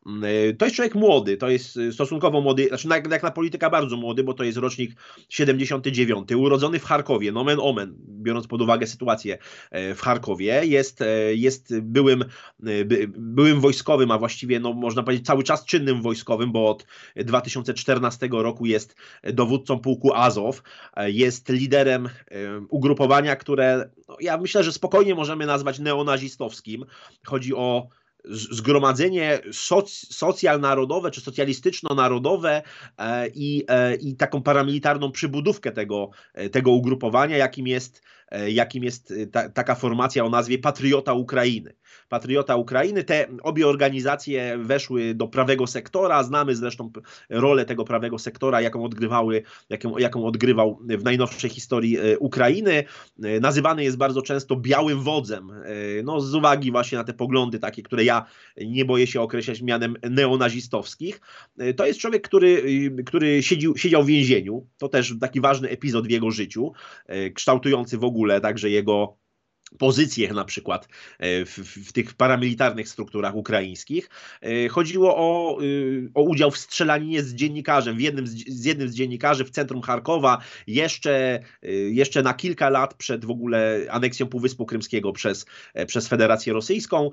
To jest człowiek młody, to jest stosunkowo młody, znaczy jak na polityka bardzo młody, bo to jest rocznik siedemdziesiąty dziewiąty, urodzony w Charkowie, nomen omen, biorąc pod uwagę sytuację w Charkowie, jest, jest byłym, by, byłym wojskowym, a właściwie no, można powiedzieć cały czas czynnym wojskowym, bo od dwa tysiące czternastego roku jest dowódcą pułku Azow, jest liderem ugrupowania, które no, ja myślę, że spokojnie możemy nazwać neonazistowskim. Chodzi o zgromadzenie soc, socjalnarodowe czy socjalistyczno-narodowe i, i taką paramilitarną przybudówkę tego, tego ugrupowania, jakim jest jakim jest ta, taka formacja o nazwie Patriota Ukrainy. Patriota Ukrainy, te obie organizacje weszły do prawego sektora, znamy zresztą rolę tego prawego sektora, jaką odgrywały, jaką, jaką odgrywał w najnowszej historii Ukrainy. Nazywany jest bardzo często białym wodzem, no z uwagi właśnie na te poglądy takie, które ja nie boję się określać mianem neonazistowskich. To jest człowiek, który, który siedził, siedział w więzieniu, to też taki ważny epizod w jego życiu, kształtujący w ogóle także jego pozycje na przykład w, w tych paramilitarnych strukturach ukraińskich. Chodziło o, o udział w strzelaninie z dziennikarzem, w jednym z, z jednym z dziennikarzy w centrum Charkowa, jeszcze, jeszcze na kilka lat przed w ogóle aneksją Półwyspu Krymskiego przez, przez Federację Rosyjską.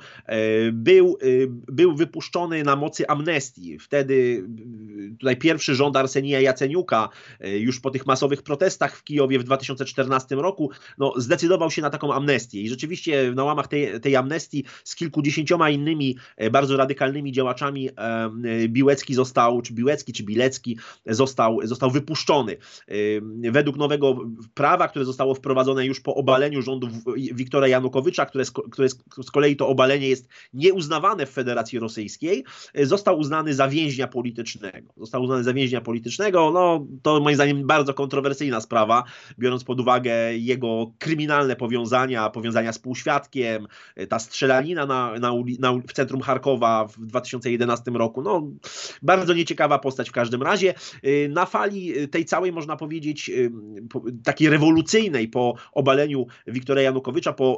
Był, był wypuszczony na mocy amnestii. Wtedy tutaj pierwszy rząd Arsenija Jaceniuka, już po tych masowych protestach w Kijowie w dwa tysiące czternastym roku, no, zdecydował się na taką amnestię. I rzeczywiście na łamach tej, tej amnestii z kilkudziesięcioma innymi bardzo radykalnymi działaczami Biłecki został, czy Biłecki, czy Bilecki został, został wypuszczony. Według nowego prawa, które zostało wprowadzone już po obaleniu rządu Wiktora Janukowycza, które, które z kolei to obalenie jest nieuznawane w Federacji Rosyjskiej, został uznany za więźnia politycznego. Został uznany za więźnia politycznego. No, to moim zdaniem bardzo kontrowersyjna sprawa, biorąc pod uwagę jego kryminalne powiązania, powiązania z półświadkiem, ta strzelanina na, na, na, w centrum Charkowa w dwa tysiące jedenastym roku. No, bardzo nieciekawa postać w każdym razie. Na fali tej całej, można powiedzieć, takiej rewolucyjnej po obaleniu Wiktora Janukowycza, po,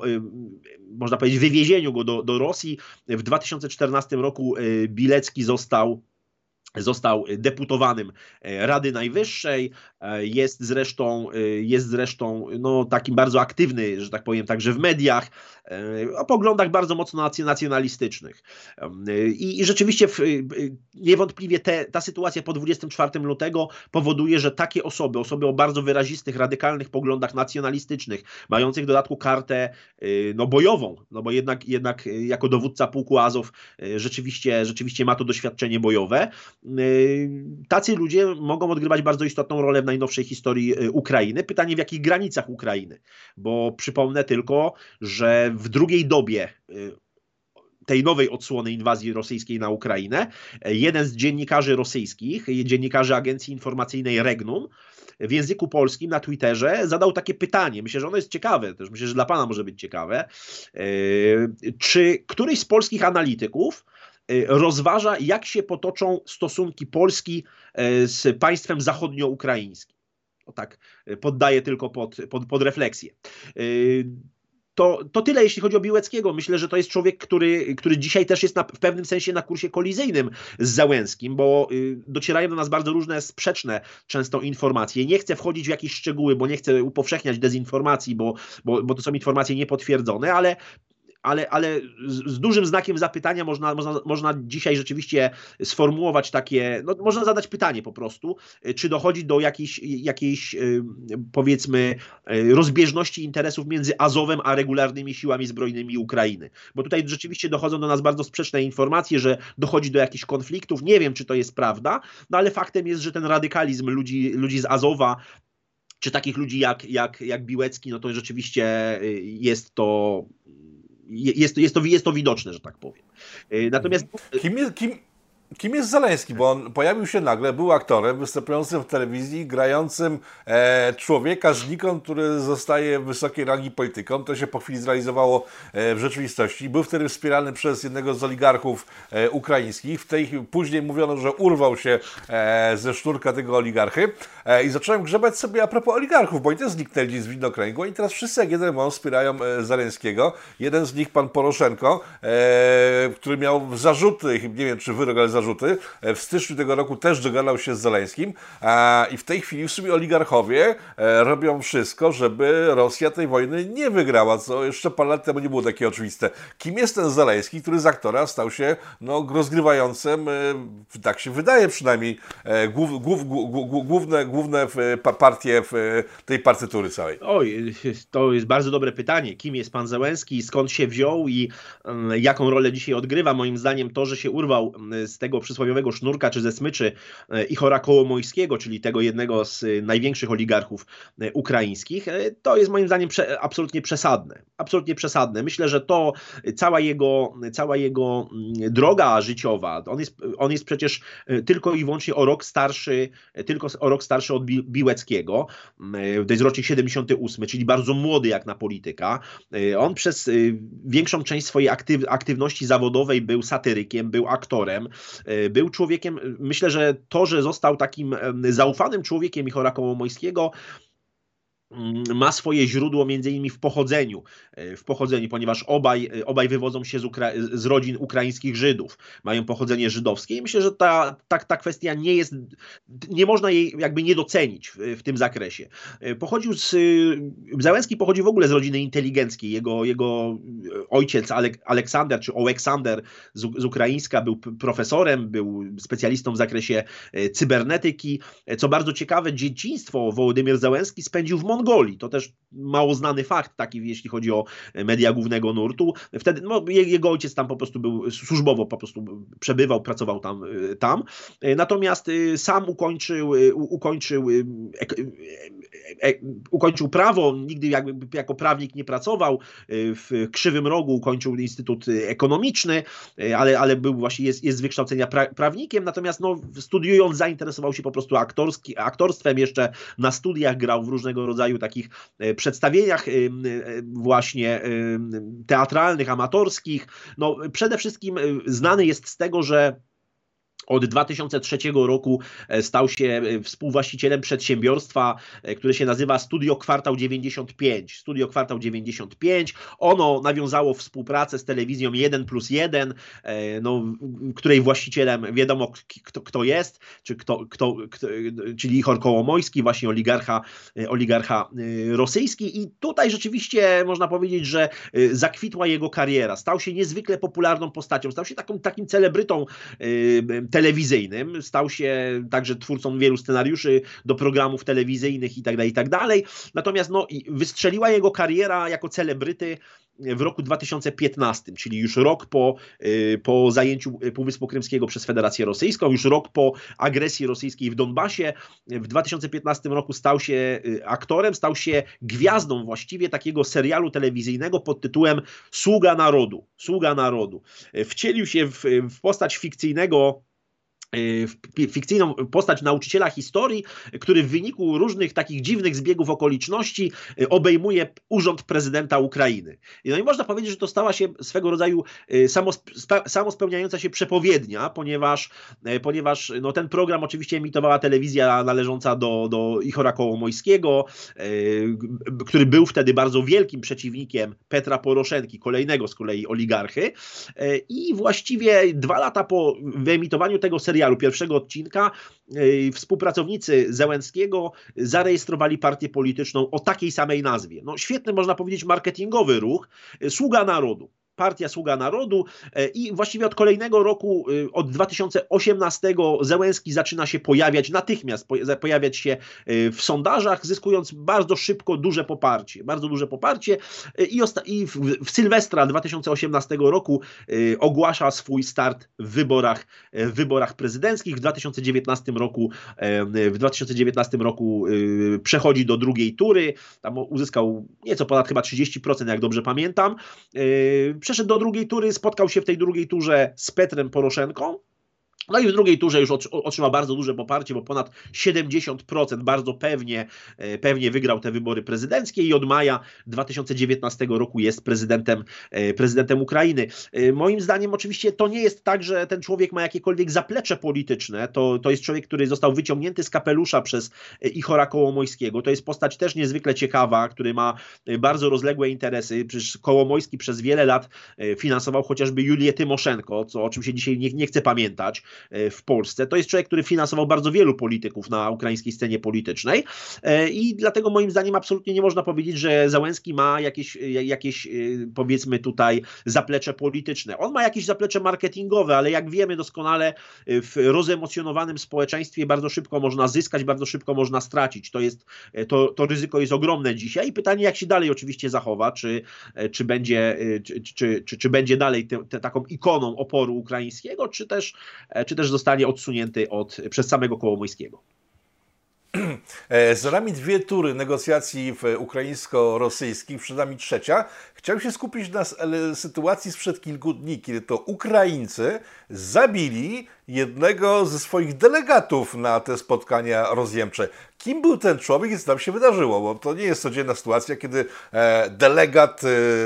można powiedzieć, wywiezieniu go do, do Rosji, w dwa tysiące czternastym roku Bilecki został Został deputowanym Rady Najwyższej, jest zresztą, jest zresztą no, takim bardzo aktywny, że tak powiem, także w mediach, o poglądach bardzo mocno nacjonalistycznych. I, i rzeczywiście w, niewątpliwie te, ta sytuacja po dwudziestego czwartego lutego powoduje, że takie osoby, osoby o bardzo wyrazistych, radykalnych poglądach nacjonalistycznych, mających w dodatku kartę no, bojową, no bo jednak, jednak jako dowódca pułku Azow rzeczywiście, rzeczywiście ma to doświadczenie bojowe, tacy ludzie mogą odgrywać bardzo istotną rolę w najnowszej historii Ukrainy. Pytanie, w jakich granicach Ukrainy, bo przypomnę tylko, że w drugiej dobie tej nowej odsłony inwazji rosyjskiej na Ukrainę, jeden z dziennikarzy rosyjskich, dziennikarzy agencji informacyjnej Regnum, w języku polskim na Twitterze zadał takie pytanie, myślę, że ono jest ciekawe, też myślę, że dla pana może być ciekawe, czy któryś z polskich analityków rozważa, jak się potoczą stosunki Polski z państwem zachodnioukraińskim. O tak, poddaję tylko pod, pod, pod refleksję. To, to tyle, jeśli chodzi o Biłeckiego. Myślę, że to jest człowiek, który, który dzisiaj też jest na, w pewnym sensie na kursie kolizyjnym z Zełenskim, bo y, docierają do nas bardzo różne sprzeczne często informacje. Nie chcę wchodzić w jakieś szczegóły, bo nie chcę upowszechniać dezinformacji, bo, bo, bo to są informacje niepotwierdzone, ale Ale, ale z dużym znakiem zapytania można, można, można dzisiaj rzeczywiście sformułować takie, no można zadać pytanie po prostu, czy dochodzi do jakiejś, jakiejś powiedzmy rozbieżności interesów między Azowem a regularnymi siłami zbrojnymi Ukrainy. Bo tutaj rzeczywiście dochodzą do nas bardzo sprzeczne informacje, że dochodzi do jakichś konfliktów. Nie wiem, czy to jest prawda, no ale faktem jest, że ten radykalizm ludzi, ludzi z Azowa, czy takich ludzi jak, jak, jak Biłecki, no to rzeczywiście jest to... Jest, jest, to, jest to widoczne, że tak powiem. Natomiast... Kim jest, kim, kim jest Zeleński? Bo on pojawił się nagle, był aktorem występującym w telewizji, grającym e, człowieka znikąd, który zostaje wysokiej rangi polityką. To się po chwili zrealizowało e, w rzeczywistości. Był wtedy wspierany przez jednego z oligarchów e, ukraińskich. W tej, później mówiono, że urwał się e, ze sznurka tego oligarchy. E, I zacząłem grzebać sobie a propos oligarchów, bo oni też zniknęli z widnokręgu i teraz wszyscy jak jeden mąż wspierają e, Zeleńskiego. Jeden z nich, pan Poroszenko, e, który miał zarzuty, nie wiem czy wyrok, ale zarzuty, w styczniu tego roku też dogadał się z Zeleńskim a, i w tej chwili w sumie oligarchowie e, robią wszystko, żeby Rosja tej wojny nie wygrała, co jeszcze parę lat temu nie było takie oczywiste. Kim jest ten Zeleński, który z aktora stał się no, rozgrywającym, e, tak się wydaje przynajmniej, e, głów, głów, głów, główne, główne partie w tej partytury całej? Oj, to jest bardzo dobre pytanie. Kim jest pan Zełenski, skąd się wziął i um, jaką rolę dzisiaj odgrywa? Moim zdaniem to, że się urwał z tej tego przysłowiowego sznurka czy ze smyczy Ichora Kołomojskiego, czyli tego jednego z największych oligarchów ukraińskich, to jest moim zdaniem prze, absolutnie przesadne. Absolutnie przesadne. Myślę, że to cała jego, cała jego droga życiowa, on jest, on jest przecież tylko i wyłącznie o rok starszy, tylko o rok starszy od Biłeckiego, to jest rocznik siedemdziesiąty ósmy, czyli bardzo młody jak na polityka. On przez większą część swojej aktyw, aktywności zawodowej był satyrykiem, był aktorem, był człowiekiem, myślę, że to, że został takim zaufanym człowiekiem Ichora Kołomojskiego, ma swoje źródło między innymi w pochodzeniu, w pochodzeniu, ponieważ obaj, obaj wywodzą się z, Ukra z rodzin ukraińskich Żydów, mają pochodzenie żydowskie i myślę, że ta, ta, ta kwestia nie jest, nie można jej jakby nie docenić w, w tym zakresie. Pochodził z, Zełenski pochodził w ogóle z rodziny inteligenckiej, jego, jego ojciec Alek Aleksander, czy Oleksander z, z Ukraińska był profesorem, był specjalistą w zakresie cybernetyki. Co bardzo ciekawe, dzieciństwo Wołodymyr Zełenski spędził w Mongolii. To też mało znany fakt, taki jeśli chodzi o media głównego nurtu. Wtedy no, jego ojciec tam po prostu był służbowo, po prostu przebywał, pracował tam. tam. Natomiast sam ukończył, ukończył, ukończył prawo, nigdy jakby jako prawnik nie pracował. W Krzywym Rogu ukończył Instytut Ekonomiczny, ale, ale był właśnie, jest, jest z wykształcenia pra, prawnikiem, natomiast no, studiując zainteresował się po prostu aktorski, aktorstwem, jeszcze na studiach grał w różnego rodzaju takich przedstawieniach właśnie teatralnych, amatorskich. No, przede wszystkim znany jest z tego, że od dwa tysiące trzeciego roku stał się współwłaścicielem przedsiębiorstwa, które się nazywa Studio Kwartał dziewięćdziesiąt pięć. Studio Kwartał dziewięćdziesiąt pięć. Ono nawiązało współpracę z telewizją jeden plus jeden, no, której właścicielem wiadomo kto, kto jest, czy kto, kto, kto, czyli Ichor Kołomojski, właśnie oligarcha, oligarcha rosyjski. I tutaj rzeczywiście można powiedzieć, że zakwitła jego kariera. Stał się niezwykle popularną postacią. Stał się taką, takim celebrytą telewizyjnym, stał się także twórcą wielu scenariuszy do programów telewizyjnych itd., itd. Natomiast no, wystrzeliła jego kariera jako celebryty w roku dwa tysiące piętnastym, czyli już rok po, po zajęciu Półwyspu Krymskiego przez Federację Rosyjską, już rok po agresji rosyjskiej w Donbasie. W dwa tysiące piętnastym roku stał się aktorem, stał się gwiazdą właściwie takiego serialu telewizyjnego pod tytułem Sługa Narodu. Sługa Narodu. Wcielił się w, w postać fikcyjnego fikcyjną postać nauczyciela historii, który w wyniku różnych takich dziwnych zbiegów okoliczności obejmuje urząd prezydenta Ukrainy. No i można powiedzieć, że to stała się swego rodzaju samospełniająca się przepowiednia, ponieważ, ponieważ no ten program oczywiście emitowała telewizja należąca do, do Ichora Kołomojskiego, który był wtedy bardzo wielkim przeciwnikiem Petra Poroszenki, kolejnego z kolei oligarchy. I właściwie dwa lata po wyemitowaniu tego serialu, pierwszego odcinka, yy, współpracownicy Zełenskiego zarejestrowali partię polityczną o takiej samej nazwie. No, świetny, można powiedzieć, marketingowy ruch. Sługa Narodu. Partia Sługa Narodu i właściwie od kolejnego roku, od dwa tysiące osiemnastego Zełenski zaczyna się pojawiać, natychmiast pojawiać się w sondażach, zyskując bardzo szybko duże poparcie, bardzo duże poparcie i, i w, w Sylwestra dwa tysiące osiemnastego roku ogłasza swój start w wyborach, w wyborach prezydenckich. W dwa tysiące dziewiętnastym roku, w dwa tysiące dziewiętnastym roku przechodzi do drugiej tury, tam uzyskał nieco ponad chyba trzydzieści procent, jak dobrze pamiętam. Przeszedł do drugiej tury, spotkał się w tej drugiej turze z Petrem Poroszenką. No i w drugiej turze już otrzymał bardzo duże poparcie, bo ponad siedemdziesiąt procent bardzo pewnie, pewnie wygrał te wybory prezydenckie i od maja dwa tysiące dziewiętnastego roku jest prezydentem, prezydentem Ukrainy. Moim zdaniem oczywiście to nie jest tak, że ten człowiek ma jakiekolwiek zaplecze polityczne. To, to jest człowiek, który został wyciągnięty z kapelusza przez Ichora Kołomojskiego. To jest postać też niezwykle ciekawa, który ma bardzo rozległe interesy. Przecież Kołomojski przez wiele lat finansował chociażby Julię Tymoszenko, co, o czym się dzisiaj nie, nie chcę pamiętać, w Polsce. To jest człowiek, który finansował bardzo wielu polityków na ukraińskiej scenie politycznej i dlatego moim zdaniem absolutnie nie można powiedzieć, że Zełenski ma jakieś, jakieś powiedzmy tutaj zaplecze polityczne. On ma jakieś zaplecze marketingowe, ale jak wiemy doskonale w rozemocjonowanym społeczeństwie bardzo szybko można zyskać, bardzo szybko można stracić. To jest, to, to ryzyko jest ogromne dzisiaj i pytanie, jak się dalej oczywiście zachowa, czy, czy, będzie, czy, czy, czy, czy będzie dalej te, te, taką ikoną oporu ukraińskiego, czy też czy też zostanie odsunięty od, przez samego Kołomoyskiego. Za nami dwie tury negocjacji ukraińsko-rosyjskich, przed nami trzecia. Chciałem się skupić na sytuacji sprzed kilku dni, kiedy to Ukraińcy zabili jednego ze swoich delegatów na te spotkania rozjemcze. Kim był ten człowiek i co tam się wydarzyło? Bo to nie jest codzienna sytuacja, kiedy delegat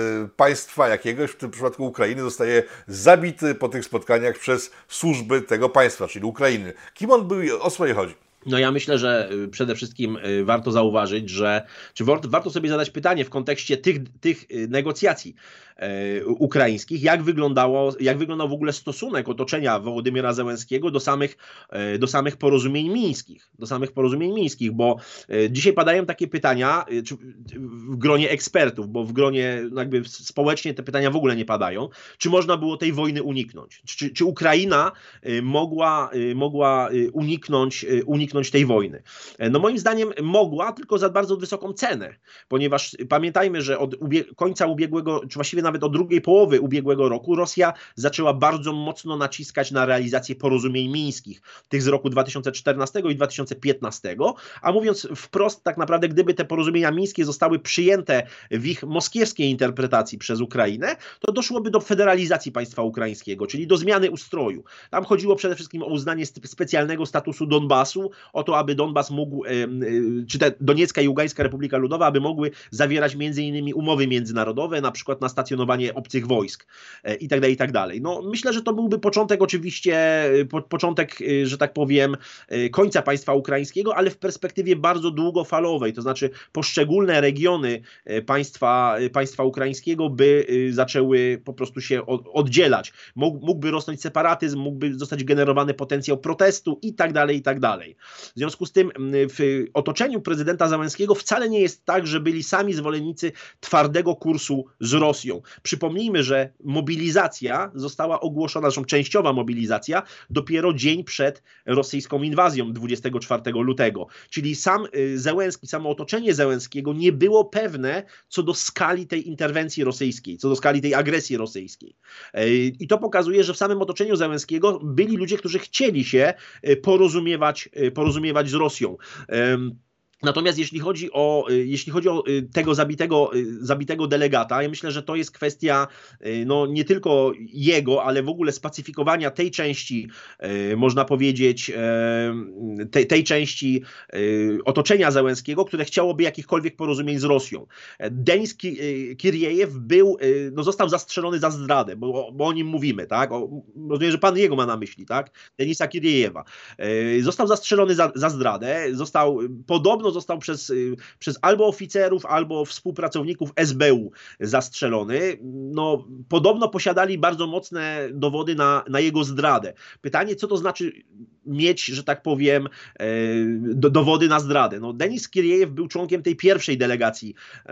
państwa jakiegoś, w tym przypadku Ukrainy, zostaje zabity po tych spotkaniach przez służby tego państwa, czyli Ukrainy. Kim on był i o co jej chodzi? No ja myślę, że przede wszystkim warto zauważyć, że czy warto sobie zadać pytanie w kontekście tych, tych negocjacji ukraińskich, jak wyglądało, jak wyglądał w ogóle stosunek otoczenia Wołodymyra Zełenskiego do samych, do samych porozumień mińskich, do samych porozumień mińskich, bo dzisiaj padają takie pytania czy w gronie ekspertów, bo w gronie jakby społecznie te pytania w ogóle nie padają, czy można było tej wojny uniknąć, czy, czy Ukraina mogła, mogła uniknąć, uniknąć tej wojny. No moim zdaniem mogła, tylko za bardzo wysoką cenę, ponieważ pamiętajmy, że od ubie- końca ubiegłego, czy właściwie nawet od drugiej połowy ubiegłego roku Rosja zaczęła bardzo mocno naciskać na realizację porozumień mińskich, tych z roku dwa tysiące czternastego i dwa tysiące piętnastego, a mówiąc wprost, tak naprawdę gdyby te porozumienia mińskie zostały przyjęte w ich moskiewskiej interpretacji przez Ukrainę, to doszłoby do federalizacji państwa ukraińskiego, czyli do zmiany ustroju. Tam chodziło przede wszystkim o uznanie specjalnego statusu Donbasu, o to, aby Donbas mógł, czy te Doniecka i Ługańska Republika Ludowa, aby mogły zawierać między innymi umowy międzynarodowe, na przykład na stacjonowanie obcych wojsk i tak dalej, i tak dalej. No, myślę, że to byłby początek oczywiście, po, początek, że tak powiem, końca państwa ukraińskiego, ale w perspektywie bardzo długofalowej, to znaczy poszczególne regiony państwa, państwa ukraińskiego by zaczęły po prostu się oddzielać. Mógłby rosnąć separatyzm, mógłby zostać generowany potencjał protestu i tak dalej, i tak dalej. W związku z tym w otoczeniu prezydenta Zełenskiego wcale nie jest tak, że byli sami zwolennicy twardego kursu z Rosją. Przypomnijmy, że mobilizacja została ogłoszona, zresztą częściowa mobilizacja, dopiero dzień przed rosyjską inwazją dwudziestego czwartego lutego. Czyli sam Zełenski, samo otoczenie Zełenskiego nie było pewne co do skali tej interwencji rosyjskiej, co do skali tej agresji rosyjskiej. I to pokazuje, że w samym otoczeniu Zełenskiego byli ludzie, którzy chcieli się porozumiewać, porozumiewać z Rosją. Natomiast jeśli chodzi o, jeśli chodzi o tego zabitego, zabitego delegata, ja myślę, że to jest kwestia no, nie tylko jego, ale w ogóle spacyfikowania tej części, można powiedzieć, tej, tej części otoczenia Zełenskiego, które chciałoby jakichkolwiek porozumień z Rosją. Denis Kirjejew był, no, został zastrzelony za zdradę, bo, bo o nim mówimy, tak? O, rozumiem, że pan jego ma na myśli, tak? Denisa Kirjejewa. Został zastrzelony za, za zdradę, został podobno został przez, przez albo oficerów, albo współpracowników S B U zastrzelony. No, podobno posiadali bardzo mocne dowody na, na jego zdradę. Pytanie, co to znaczy mieć, że tak powiem, do, dowody na zdradę. No, Denis Kirjejew był członkiem tej pierwszej delegacji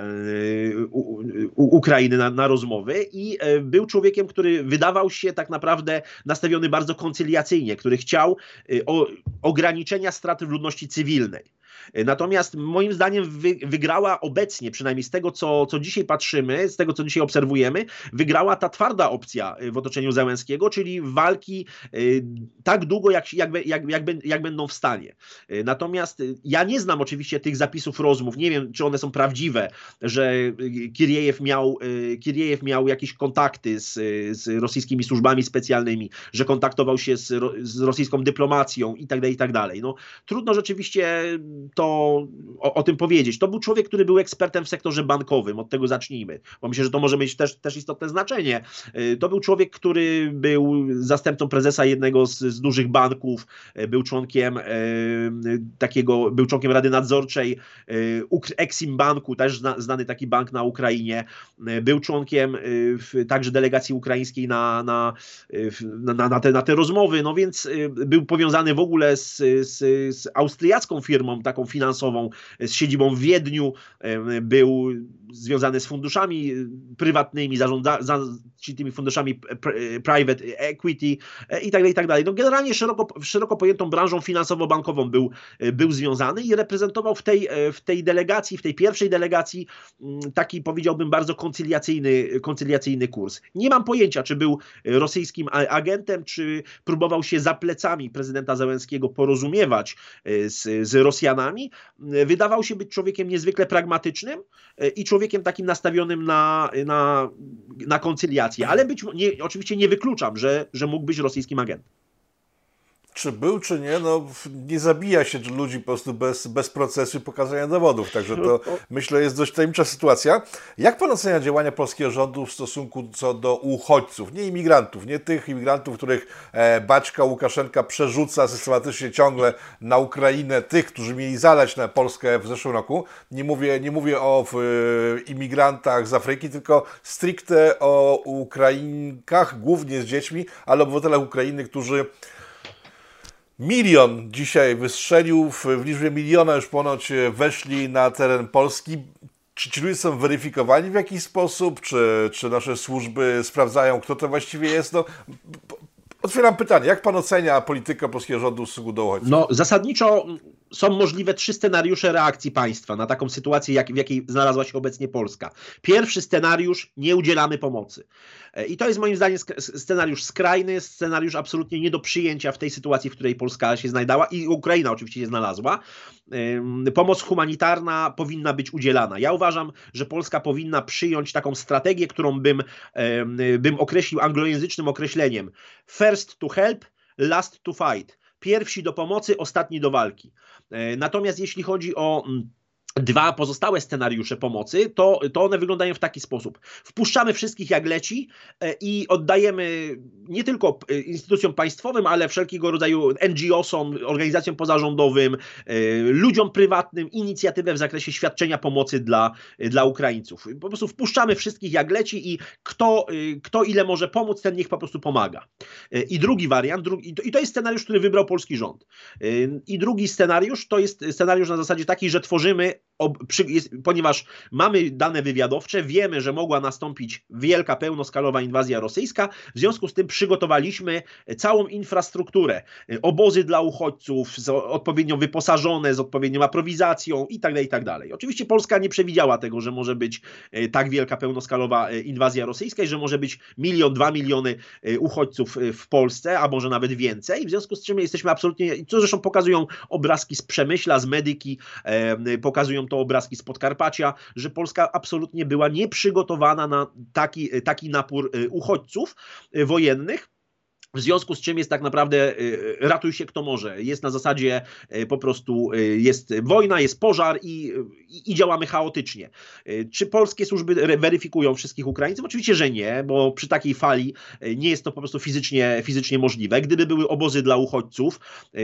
u, u, Ukrainy na, na rozmowy i był człowiekiem, który wydawał się tak naprawdę nastawiony bardzo koncyliacyjnie, który chciał o, ograniczenia straty w ludności cywilnej. Natomiast moim zdaniem wy, wygrała obecnie, przynajmniej z tego, co, co dzisiaj patrzymy, z tego, co dzisiaj obserwujemy, wygrała ta twarda opcja w otoczeniu Zełenskiego, czyli walki y, tak długo, jak, jak, jak, jak, jak będą w stanie. Y, natomiast ja nie znam oczywiście tych zapisów rozmów, nie wiem, czy one są prawdziwe, że Kirjejew miał, y, Kirjejew miał jakieś kontakty z, z rosyjskimi służbami specjalnymi, że kontaktował się z, z rosyjską dyplomacją i tak dalej, i tak dalej. No, trudno rzeczywiście to o, o tym powiedzieć. To był człowiek, który był ekspertem w sektorze bankowym, od tego zacznijmy, bo myślę, że to może mieć też, też istotne znaczenie. To był człowiek, który był zastępcą prezesa jednego z, z dużych banków, był członkiem e, takiego, był członkiem Rady Nadzorczej e, Exim Banku, też zna, znany taki bank na Ukrainie, e, był członkiem e, w, także delegacji ukraińskiej na, na, na, na, te, na te rozmowy, no więc e, był powiązany w ogóle z, z, z austriacką firmą, taką branżą finansową z siedzibą w Wiedniu, był związany z funduszami prywatnymi, zarządza, za, tymi funduszami private equity i tak dalej, i tak dalej. No generalnie szeroko, szeroko pojętą branżą finansowo-bankową był, był związany i reprezentował w tej, w tej delegacji, w tej pierwszej delegacji taki, powiedziałbym, bardzo koncyliacyjny, koncyliacyjny kurs. Nie mam pojęcia, czy był rosyjskim agentem, czy próbował się za plecami prezydenta Zełenskiego porozumiewać z, z Rosjanami. Wydawał się być człowiekiem niezwykle pragmatycznym i człowiekiem takim nastawionym na, na, na koncyliację, ale być, nie, oczywiście nie wykluczam, że, że mógł być rosyjskim agentem. Czy był, czy nie, no nie zabija się ludzi po prostu bez, bez procesu i pokazania dowodów, także to myślę jest dość tajemnicza sytuacja. Jak pan ocenia działania polskiego rządu w stosunku co do uchodźców, nie imigrantów, nie tych imigrantów, których e, Baćka Łukaszenka przerzuca systematycznie ciągle na Ukrainę, tych, którzy mieli zalać na Polskę w zeszłym roku. Nie mówię, nie mówię o w, e, imigrantach z Afryki, tylko stricte o Ukrainkach, głównie z dziećmi, ale obywatelach Ukrainy, którzy milion dzisiaj wystrzelił, w, w liczbie miliona już ponoć weszli na teren Polski. Czy ci ludzie są weryfikowani w jakiś sposób? Czy, czy nasze służby sprawdzają, kto to właściwie jest? No, otwieram pytanie. Jak pan ocenia politykę polskiego rządu w stosunku do uchodźców? No, zasadniczo są możliwe trzy scenariusze reakcji państwa na taką sytuację, jak, w jakiej znalazła się obecnie Polska. Pierwszy scenariusz: nie udzielamy pomocy. I to jest moim zdaniem scenariusz skrajny, scenariusz absolutnie nie do przyjęcia w tej sytuacji, w której Polska się znajdała i Ukraina oczywiście się znalazła. Pomoc humanitarna powinna być udzielana. Ja uważam, że Polska powinna przyjąć taką strategię, którą bym, bym określił anglojęzycznym określeniem: first to help, last to fight. Pierwsi do pomocy, ostatni do walki. Natomiast jeśli chodzi o dwa pozostałe scenariusze pomocy, to, to one wyglądają w taki sposób. Wpuszczamy wszystkich jak leci i oddajemy nie tylko instytucjom państwowym, ale wszelkiego rodzaju N G O-som, organizacjom pozarządowym, ludziom prywatnym inicjatywę w zakresie świadczenia pomocy dla, dla Ukraińców. Po prostu wpuszczamy wszystkich jak leci i kto, kto ile może pomóc, ten niech po prostu pomaga. I drugi wariant, drugi, i to jest scenariusz, który wybrał polski rząd. I drugi scenariusz to jest scenariusz na zasadzie takiej, że tworzymy Ob, przy, jest, ponieważ mamy dane wywiadowcze, wiemy, że mogła nastąpić wielka, pełnoskalowa inwazja rosyjska, w związku z tym przygotowaliśmy całą infrastrukturę, obozy dla uchodźców, z, odpowiednio wyposażone, z odpowiednią aprowizacją itd., itd. Oczywiście Polska nie przewidziała tego, że może być tak wielka, pełnoskalowa inwazja rosyjska i że może być milion, dwa miliony uchodźców w Polsce, a może nawet więcej, w związku z czym jesteśmy absolutnie, co zresztą pokazują obrazki z Przemyśla, z Medyki, e, pokazują to obrazki z Podkarpacia, że Polska absolutnie była nieprzygotowana na taki, taki napór uchodźców wojennych. W związku z czym jest tak naprawdę ratuj się kto może. Jest na zasadzie po prostu jest wojna, jest pożar i, i, i działamy chaotycznie. Czy polskie służby weryfikują wszystkich Ukraińców? Oczywiście, że nie, bo przy takiej fali nie jest to po prostu fizycznie, fizycznie możliwe. Gdyby były obozy dla uchodźców,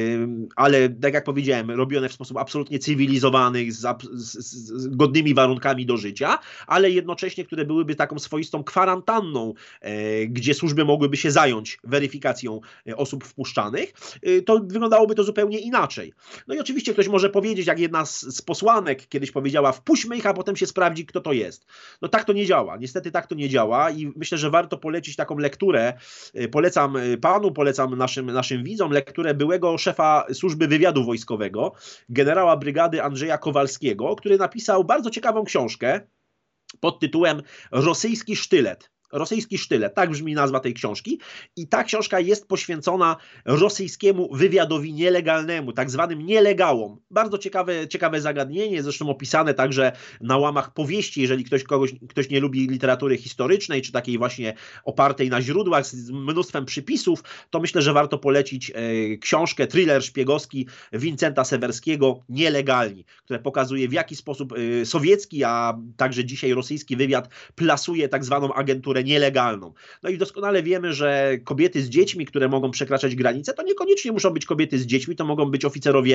ale tak jak powiedziałem, robione w sposób absolutnie cywilizowany, z, z, z godnymi warunkami do życia, ale jednocześnie, które byłyby taką swoistą kwarantanną, gdzie służby mogłyby się zająć weryfikacją osób wpuszczanych, to wyglądałoby to zupełnie inaczej. No i oczywiście ktoś może powiedzieć, jak jedna z, z posłanek kiedyś powiedziała: wpuśćmy ich, a potem się sprawdzi, kto to jest. No tak to nie działa. Niestety tak to nie działa i myślę, że warto polecić taką lekturę. Polecam panu, polecam naszym, naszym widzom lekturę byłego szefa służby wywiadu wojskowego, generała brygady Andrzeja Kowalskiego, który napisał bardzo ciekawą książkę pod tytułem Rosyjski sztylet. Rosyjski sztylet, tak brzmi nazwa tej książki i ta książka jest poświęcona rosyjskiemu wywiadowi nielegalnemu, tak zwanym nielegałom. Bardzo ciekawe, ciekawe zagadnienie, zresztą opisane także na łamach powieści, jeżeli ktoś, kogoś, ktoś nie lubi literatury historycznej, czy takiej właśnie opartej na źródłach z mnóstwem przypisów, to myślę, że warto polecić e, książkę, thriller szpiegowski Wincenta Sewerskiego Nielegalni, które pokazuje, w jaki sposób e, sowiecki, a także dzisiaj rosyjski wywiad plasuje tak zwaną agenturę ścieżkę nielegalną. No i doskonale wiemy, że kobiety z dziećmi, które mogą przekraczać granicę, to niekoniecznie muszą być kobiety z dziećmi, to mogą być oficerowie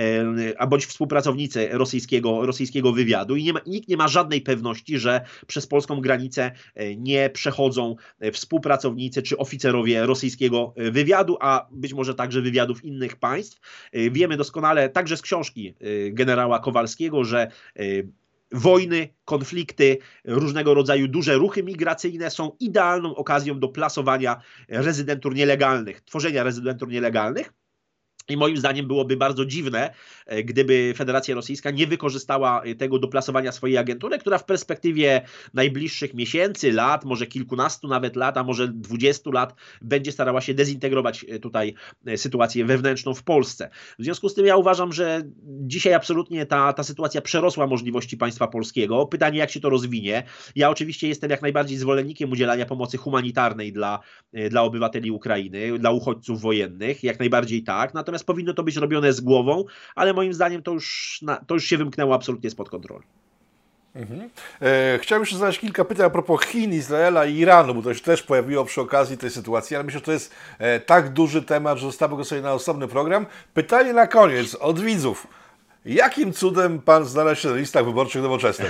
a bądź współpracownicy rosyjskiego, rosyjskiego wywiadu i nie ma, nikt nie ma żadnej pewności, że przez polską granicę nie przechodzą współpracownicy czy oficerowie rosyjskiego wywiadu, a być może także wywiadów innych państw. Wiemy doskonale także z książki generała Kowalskiego, że wojny, konflikty, różnego rodzaju duże ruchy migracyjne są idealną okazją do plasowania rezydentur nielegalnych, tworzenia rezydentur nielegalnych. I moim zdaniem byłoby bardzo dziwne, gdyby Federacja Rosyjska nie wykorzystała tego do plasowania swojej agentury, która w perspektywie najbliższych miesięcy, lat, może kilkunastu nawet lat, a może dwudziestu lat będzie starała się dezintegrować tutaj sytuację wewnętrzną w Polsce. W związku z tym ja uważam, że dzisiaj absolutnie ta, ta sytuacja przerosła możliwości państwa polskiego. Pytanie, jak się to rozwinie. Ja oczywiście jestem jak najbardziej zwolennikiem udzielania pomocy humanitarnej dla, dla obywateli Ukrainy, dla uchodźców wojennych, jak najbardziej tak. Natomiast powinno to być robione z głową, ale moim zdaniem to już, to już się wymknęło absolutnie spod kontroli. Mhm. E, chciałem jeszcze zadać kilka pytań a propos Chin, Izraela i Iranu, bo to się też pojawiło przy okazji tej sytuacji, ale myślę, że to jest e, tak duży temat, że zostawmy go sobie na osobny program. Pytanie na koniec od widzów. Jakim cudem pan znalazł się na listach wyborczych Nowoczesnej?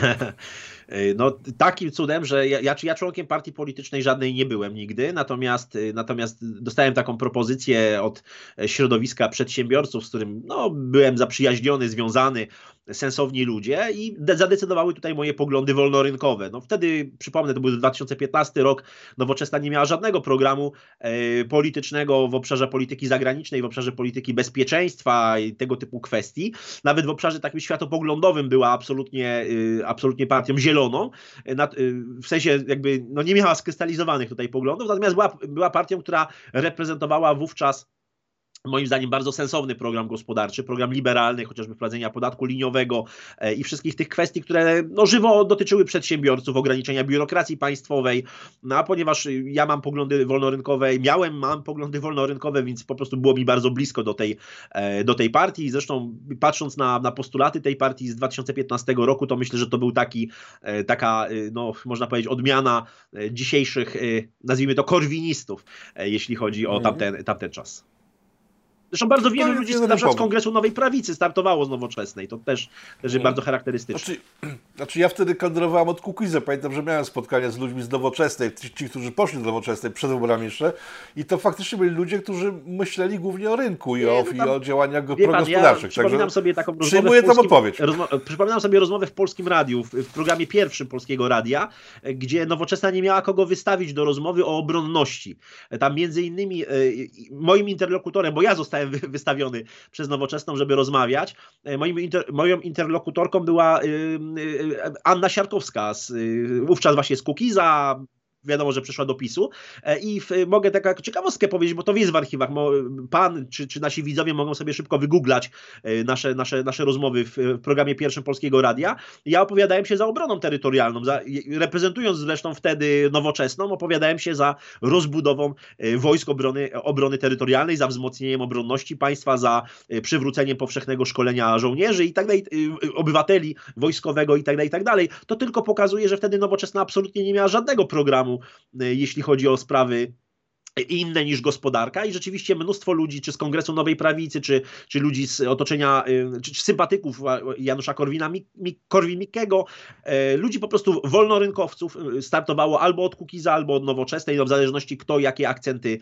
No takim cudem, że ja, ja, ja członkiem partii politycznej żadnej nie byłem nigdy, natomiast, natomiast dostałem taką propozycję od środowiska przedsiębiorców, z którym no, byłem zaprzyjaźniony, związany, sensowni ludzie i zadecydowały tutaj moje poglądy wolnorynkowe. No wtedy, przypomnę, to był dwa tysiące piętnasty rok, Nowoczesna nie miała żadnego programu e, politycznego w obszarze polityki zagranicznej, w obszarze polityki bezpieczeństwa i tego typu kwestii. Nawet w obszarze takim światopoglądowym była absolutnie, y, absolutnie partią zieloną, y, na, y, w sensie jakby no nie miała skrystalizowanych tutaj poglądów, natomiast była, była partią, która reprezentowała wówczas moim zdaniem bardzo sensowny program gospodarczy, program liberalny, chociażby wprowadzenia podatku liniowego e, i wszystkich tych kwestii, które no, żywo dotyczyły przedsiębiorców, ograniczenia biurokracji państwowej, no a ponieważ ja mam poglądy wolnorynkowe, miałem, mam poglądy wolnorynkowe, więc po prostu było mi bardzo blisko do tej, e, do tej partii. Zresztą patrząc na, na postulaty tej partii z dwa tysiące piętnastego roku, to myślę, że to był taki, e, taka, e, no można powiedzieć, odmiana e, dzisiejszych, e, nazwijmy to, korwinistów, e, jeśli chodzi o tamten, tamten czas. Zresztą bardzo wielu ludzi na przykład z Kongresu Nowej Prawicy startowało z Nowoczesnej. To też, też jest bardzo charakterystyczne. Znaczy, znaczy ja wtedy kandydowałem od Kukiza. Pamiętam, że miałem spotkania z ludźmi z Nowoczesnej, ci, ci, którzy poszli do Nowoczesnej przed wyborami jeszcze. I to faktycznie byli ludzie, którzy myśleli głównie o rynku i, nie, o, no tam, i o działaniach progospodarczych. Ja przypominam sobie taką rozmowę przyjmuję polskim, tą odpowiedź. Rozmo przypominam sobie rozmowę w Polskim Radiu, w, w programie pierwszym Polskiego Radia, gdzie Nowoczesna nie miała kogo wystawić do rozmowy o obronności. Tam między innymi y, moim interlokutorem, bo ja zostałem wy wystawiony przez Nowoczesną, żeby rozmawiać. Moim inter, moją interlokutorką była y, y, Anna Siarkowska, z, y, wówczas właśnie z Kukiza. Wiadomo, że przyszła do PiSu i w, mogę taką ciekawostkę powiedzieć, bo to jest w archiwach. Pan czy, czy nasi widzowie mogą sobie szybko wygooglać nasze, nasze, nasze rozmowy w, w programie pierwszym Polskiego Radia. Ja opowiadałem się za obroną terytorialną, za, reprezentując zresztą wtedy Nowoczesną, opowiadałem się za rozbudową wojsk obrony, obrony terytorialnej, za wzmocnieniem obronności państwa, za przywróceniem powszechnego szkolenia żołnierzy i tak dalej, obywateli wojskowego i tak dalej, i tak dalej. To tylko pokazuje, że wtedy Nowoczesna absolutnie nie miała żadnego programu, jeśli chodzi o sprawy inne niż gospodarka i rzeczywiście mnóstwo ludzi, czy z Kongresu Nowej Prawicy, czy, czy ludzi z otoczenia, czy, czy sympatyków Janusza Korwin-Mikkego, ludzi po prostu wolnorynkowców startowało albo od Kukiza, albo od Nowoczesnej, no w zależności kto jakie akcenty,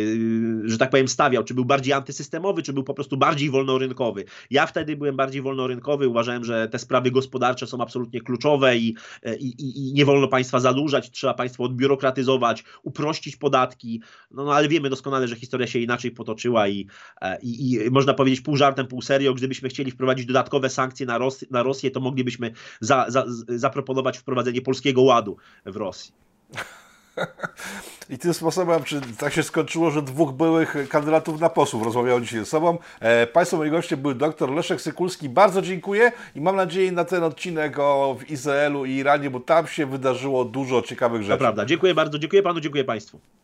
że tak powiem, stawiał, czy był bardziej antysystemowy, czy był po prostu bardziej wolnorynkowy. Ja wtedy byłem bardziej wolnorynkowy, uważałem, że te sprawy gospodarcze są absolutnie kluczowe i, i, i nie wolno państwa zadłużać, trzeba państwo odbiurokratyzować, uprościć podatki. No, no ale wiemy doskonale, że historia się inaczej potoczyła i, i, i można powiedzieć pół żartem, pół serio, gdybyśmy chcieli wprowadzić dodatkowe sankcje na, Ros na Rosję, to moglibyśmy za, za, zaproponować wprowadzenie Polskiego Ładu w Rosji. I tym sposobem, czy tak się skończyło, że dwóch byłych kandydatów na posłów rozmawiało dzisiaj ze sobą. E, Państwo moi goście był dr Leszek Sykulski. Bardzo dziękuję i mam nadzieję na ten odcinek o w Izraelu i Iranie, bo tam się wydarzyło dużo ciekawych rzeczy. To prawda. Dziękuję bardzo. Dziękuję panu, dziękuję państwu.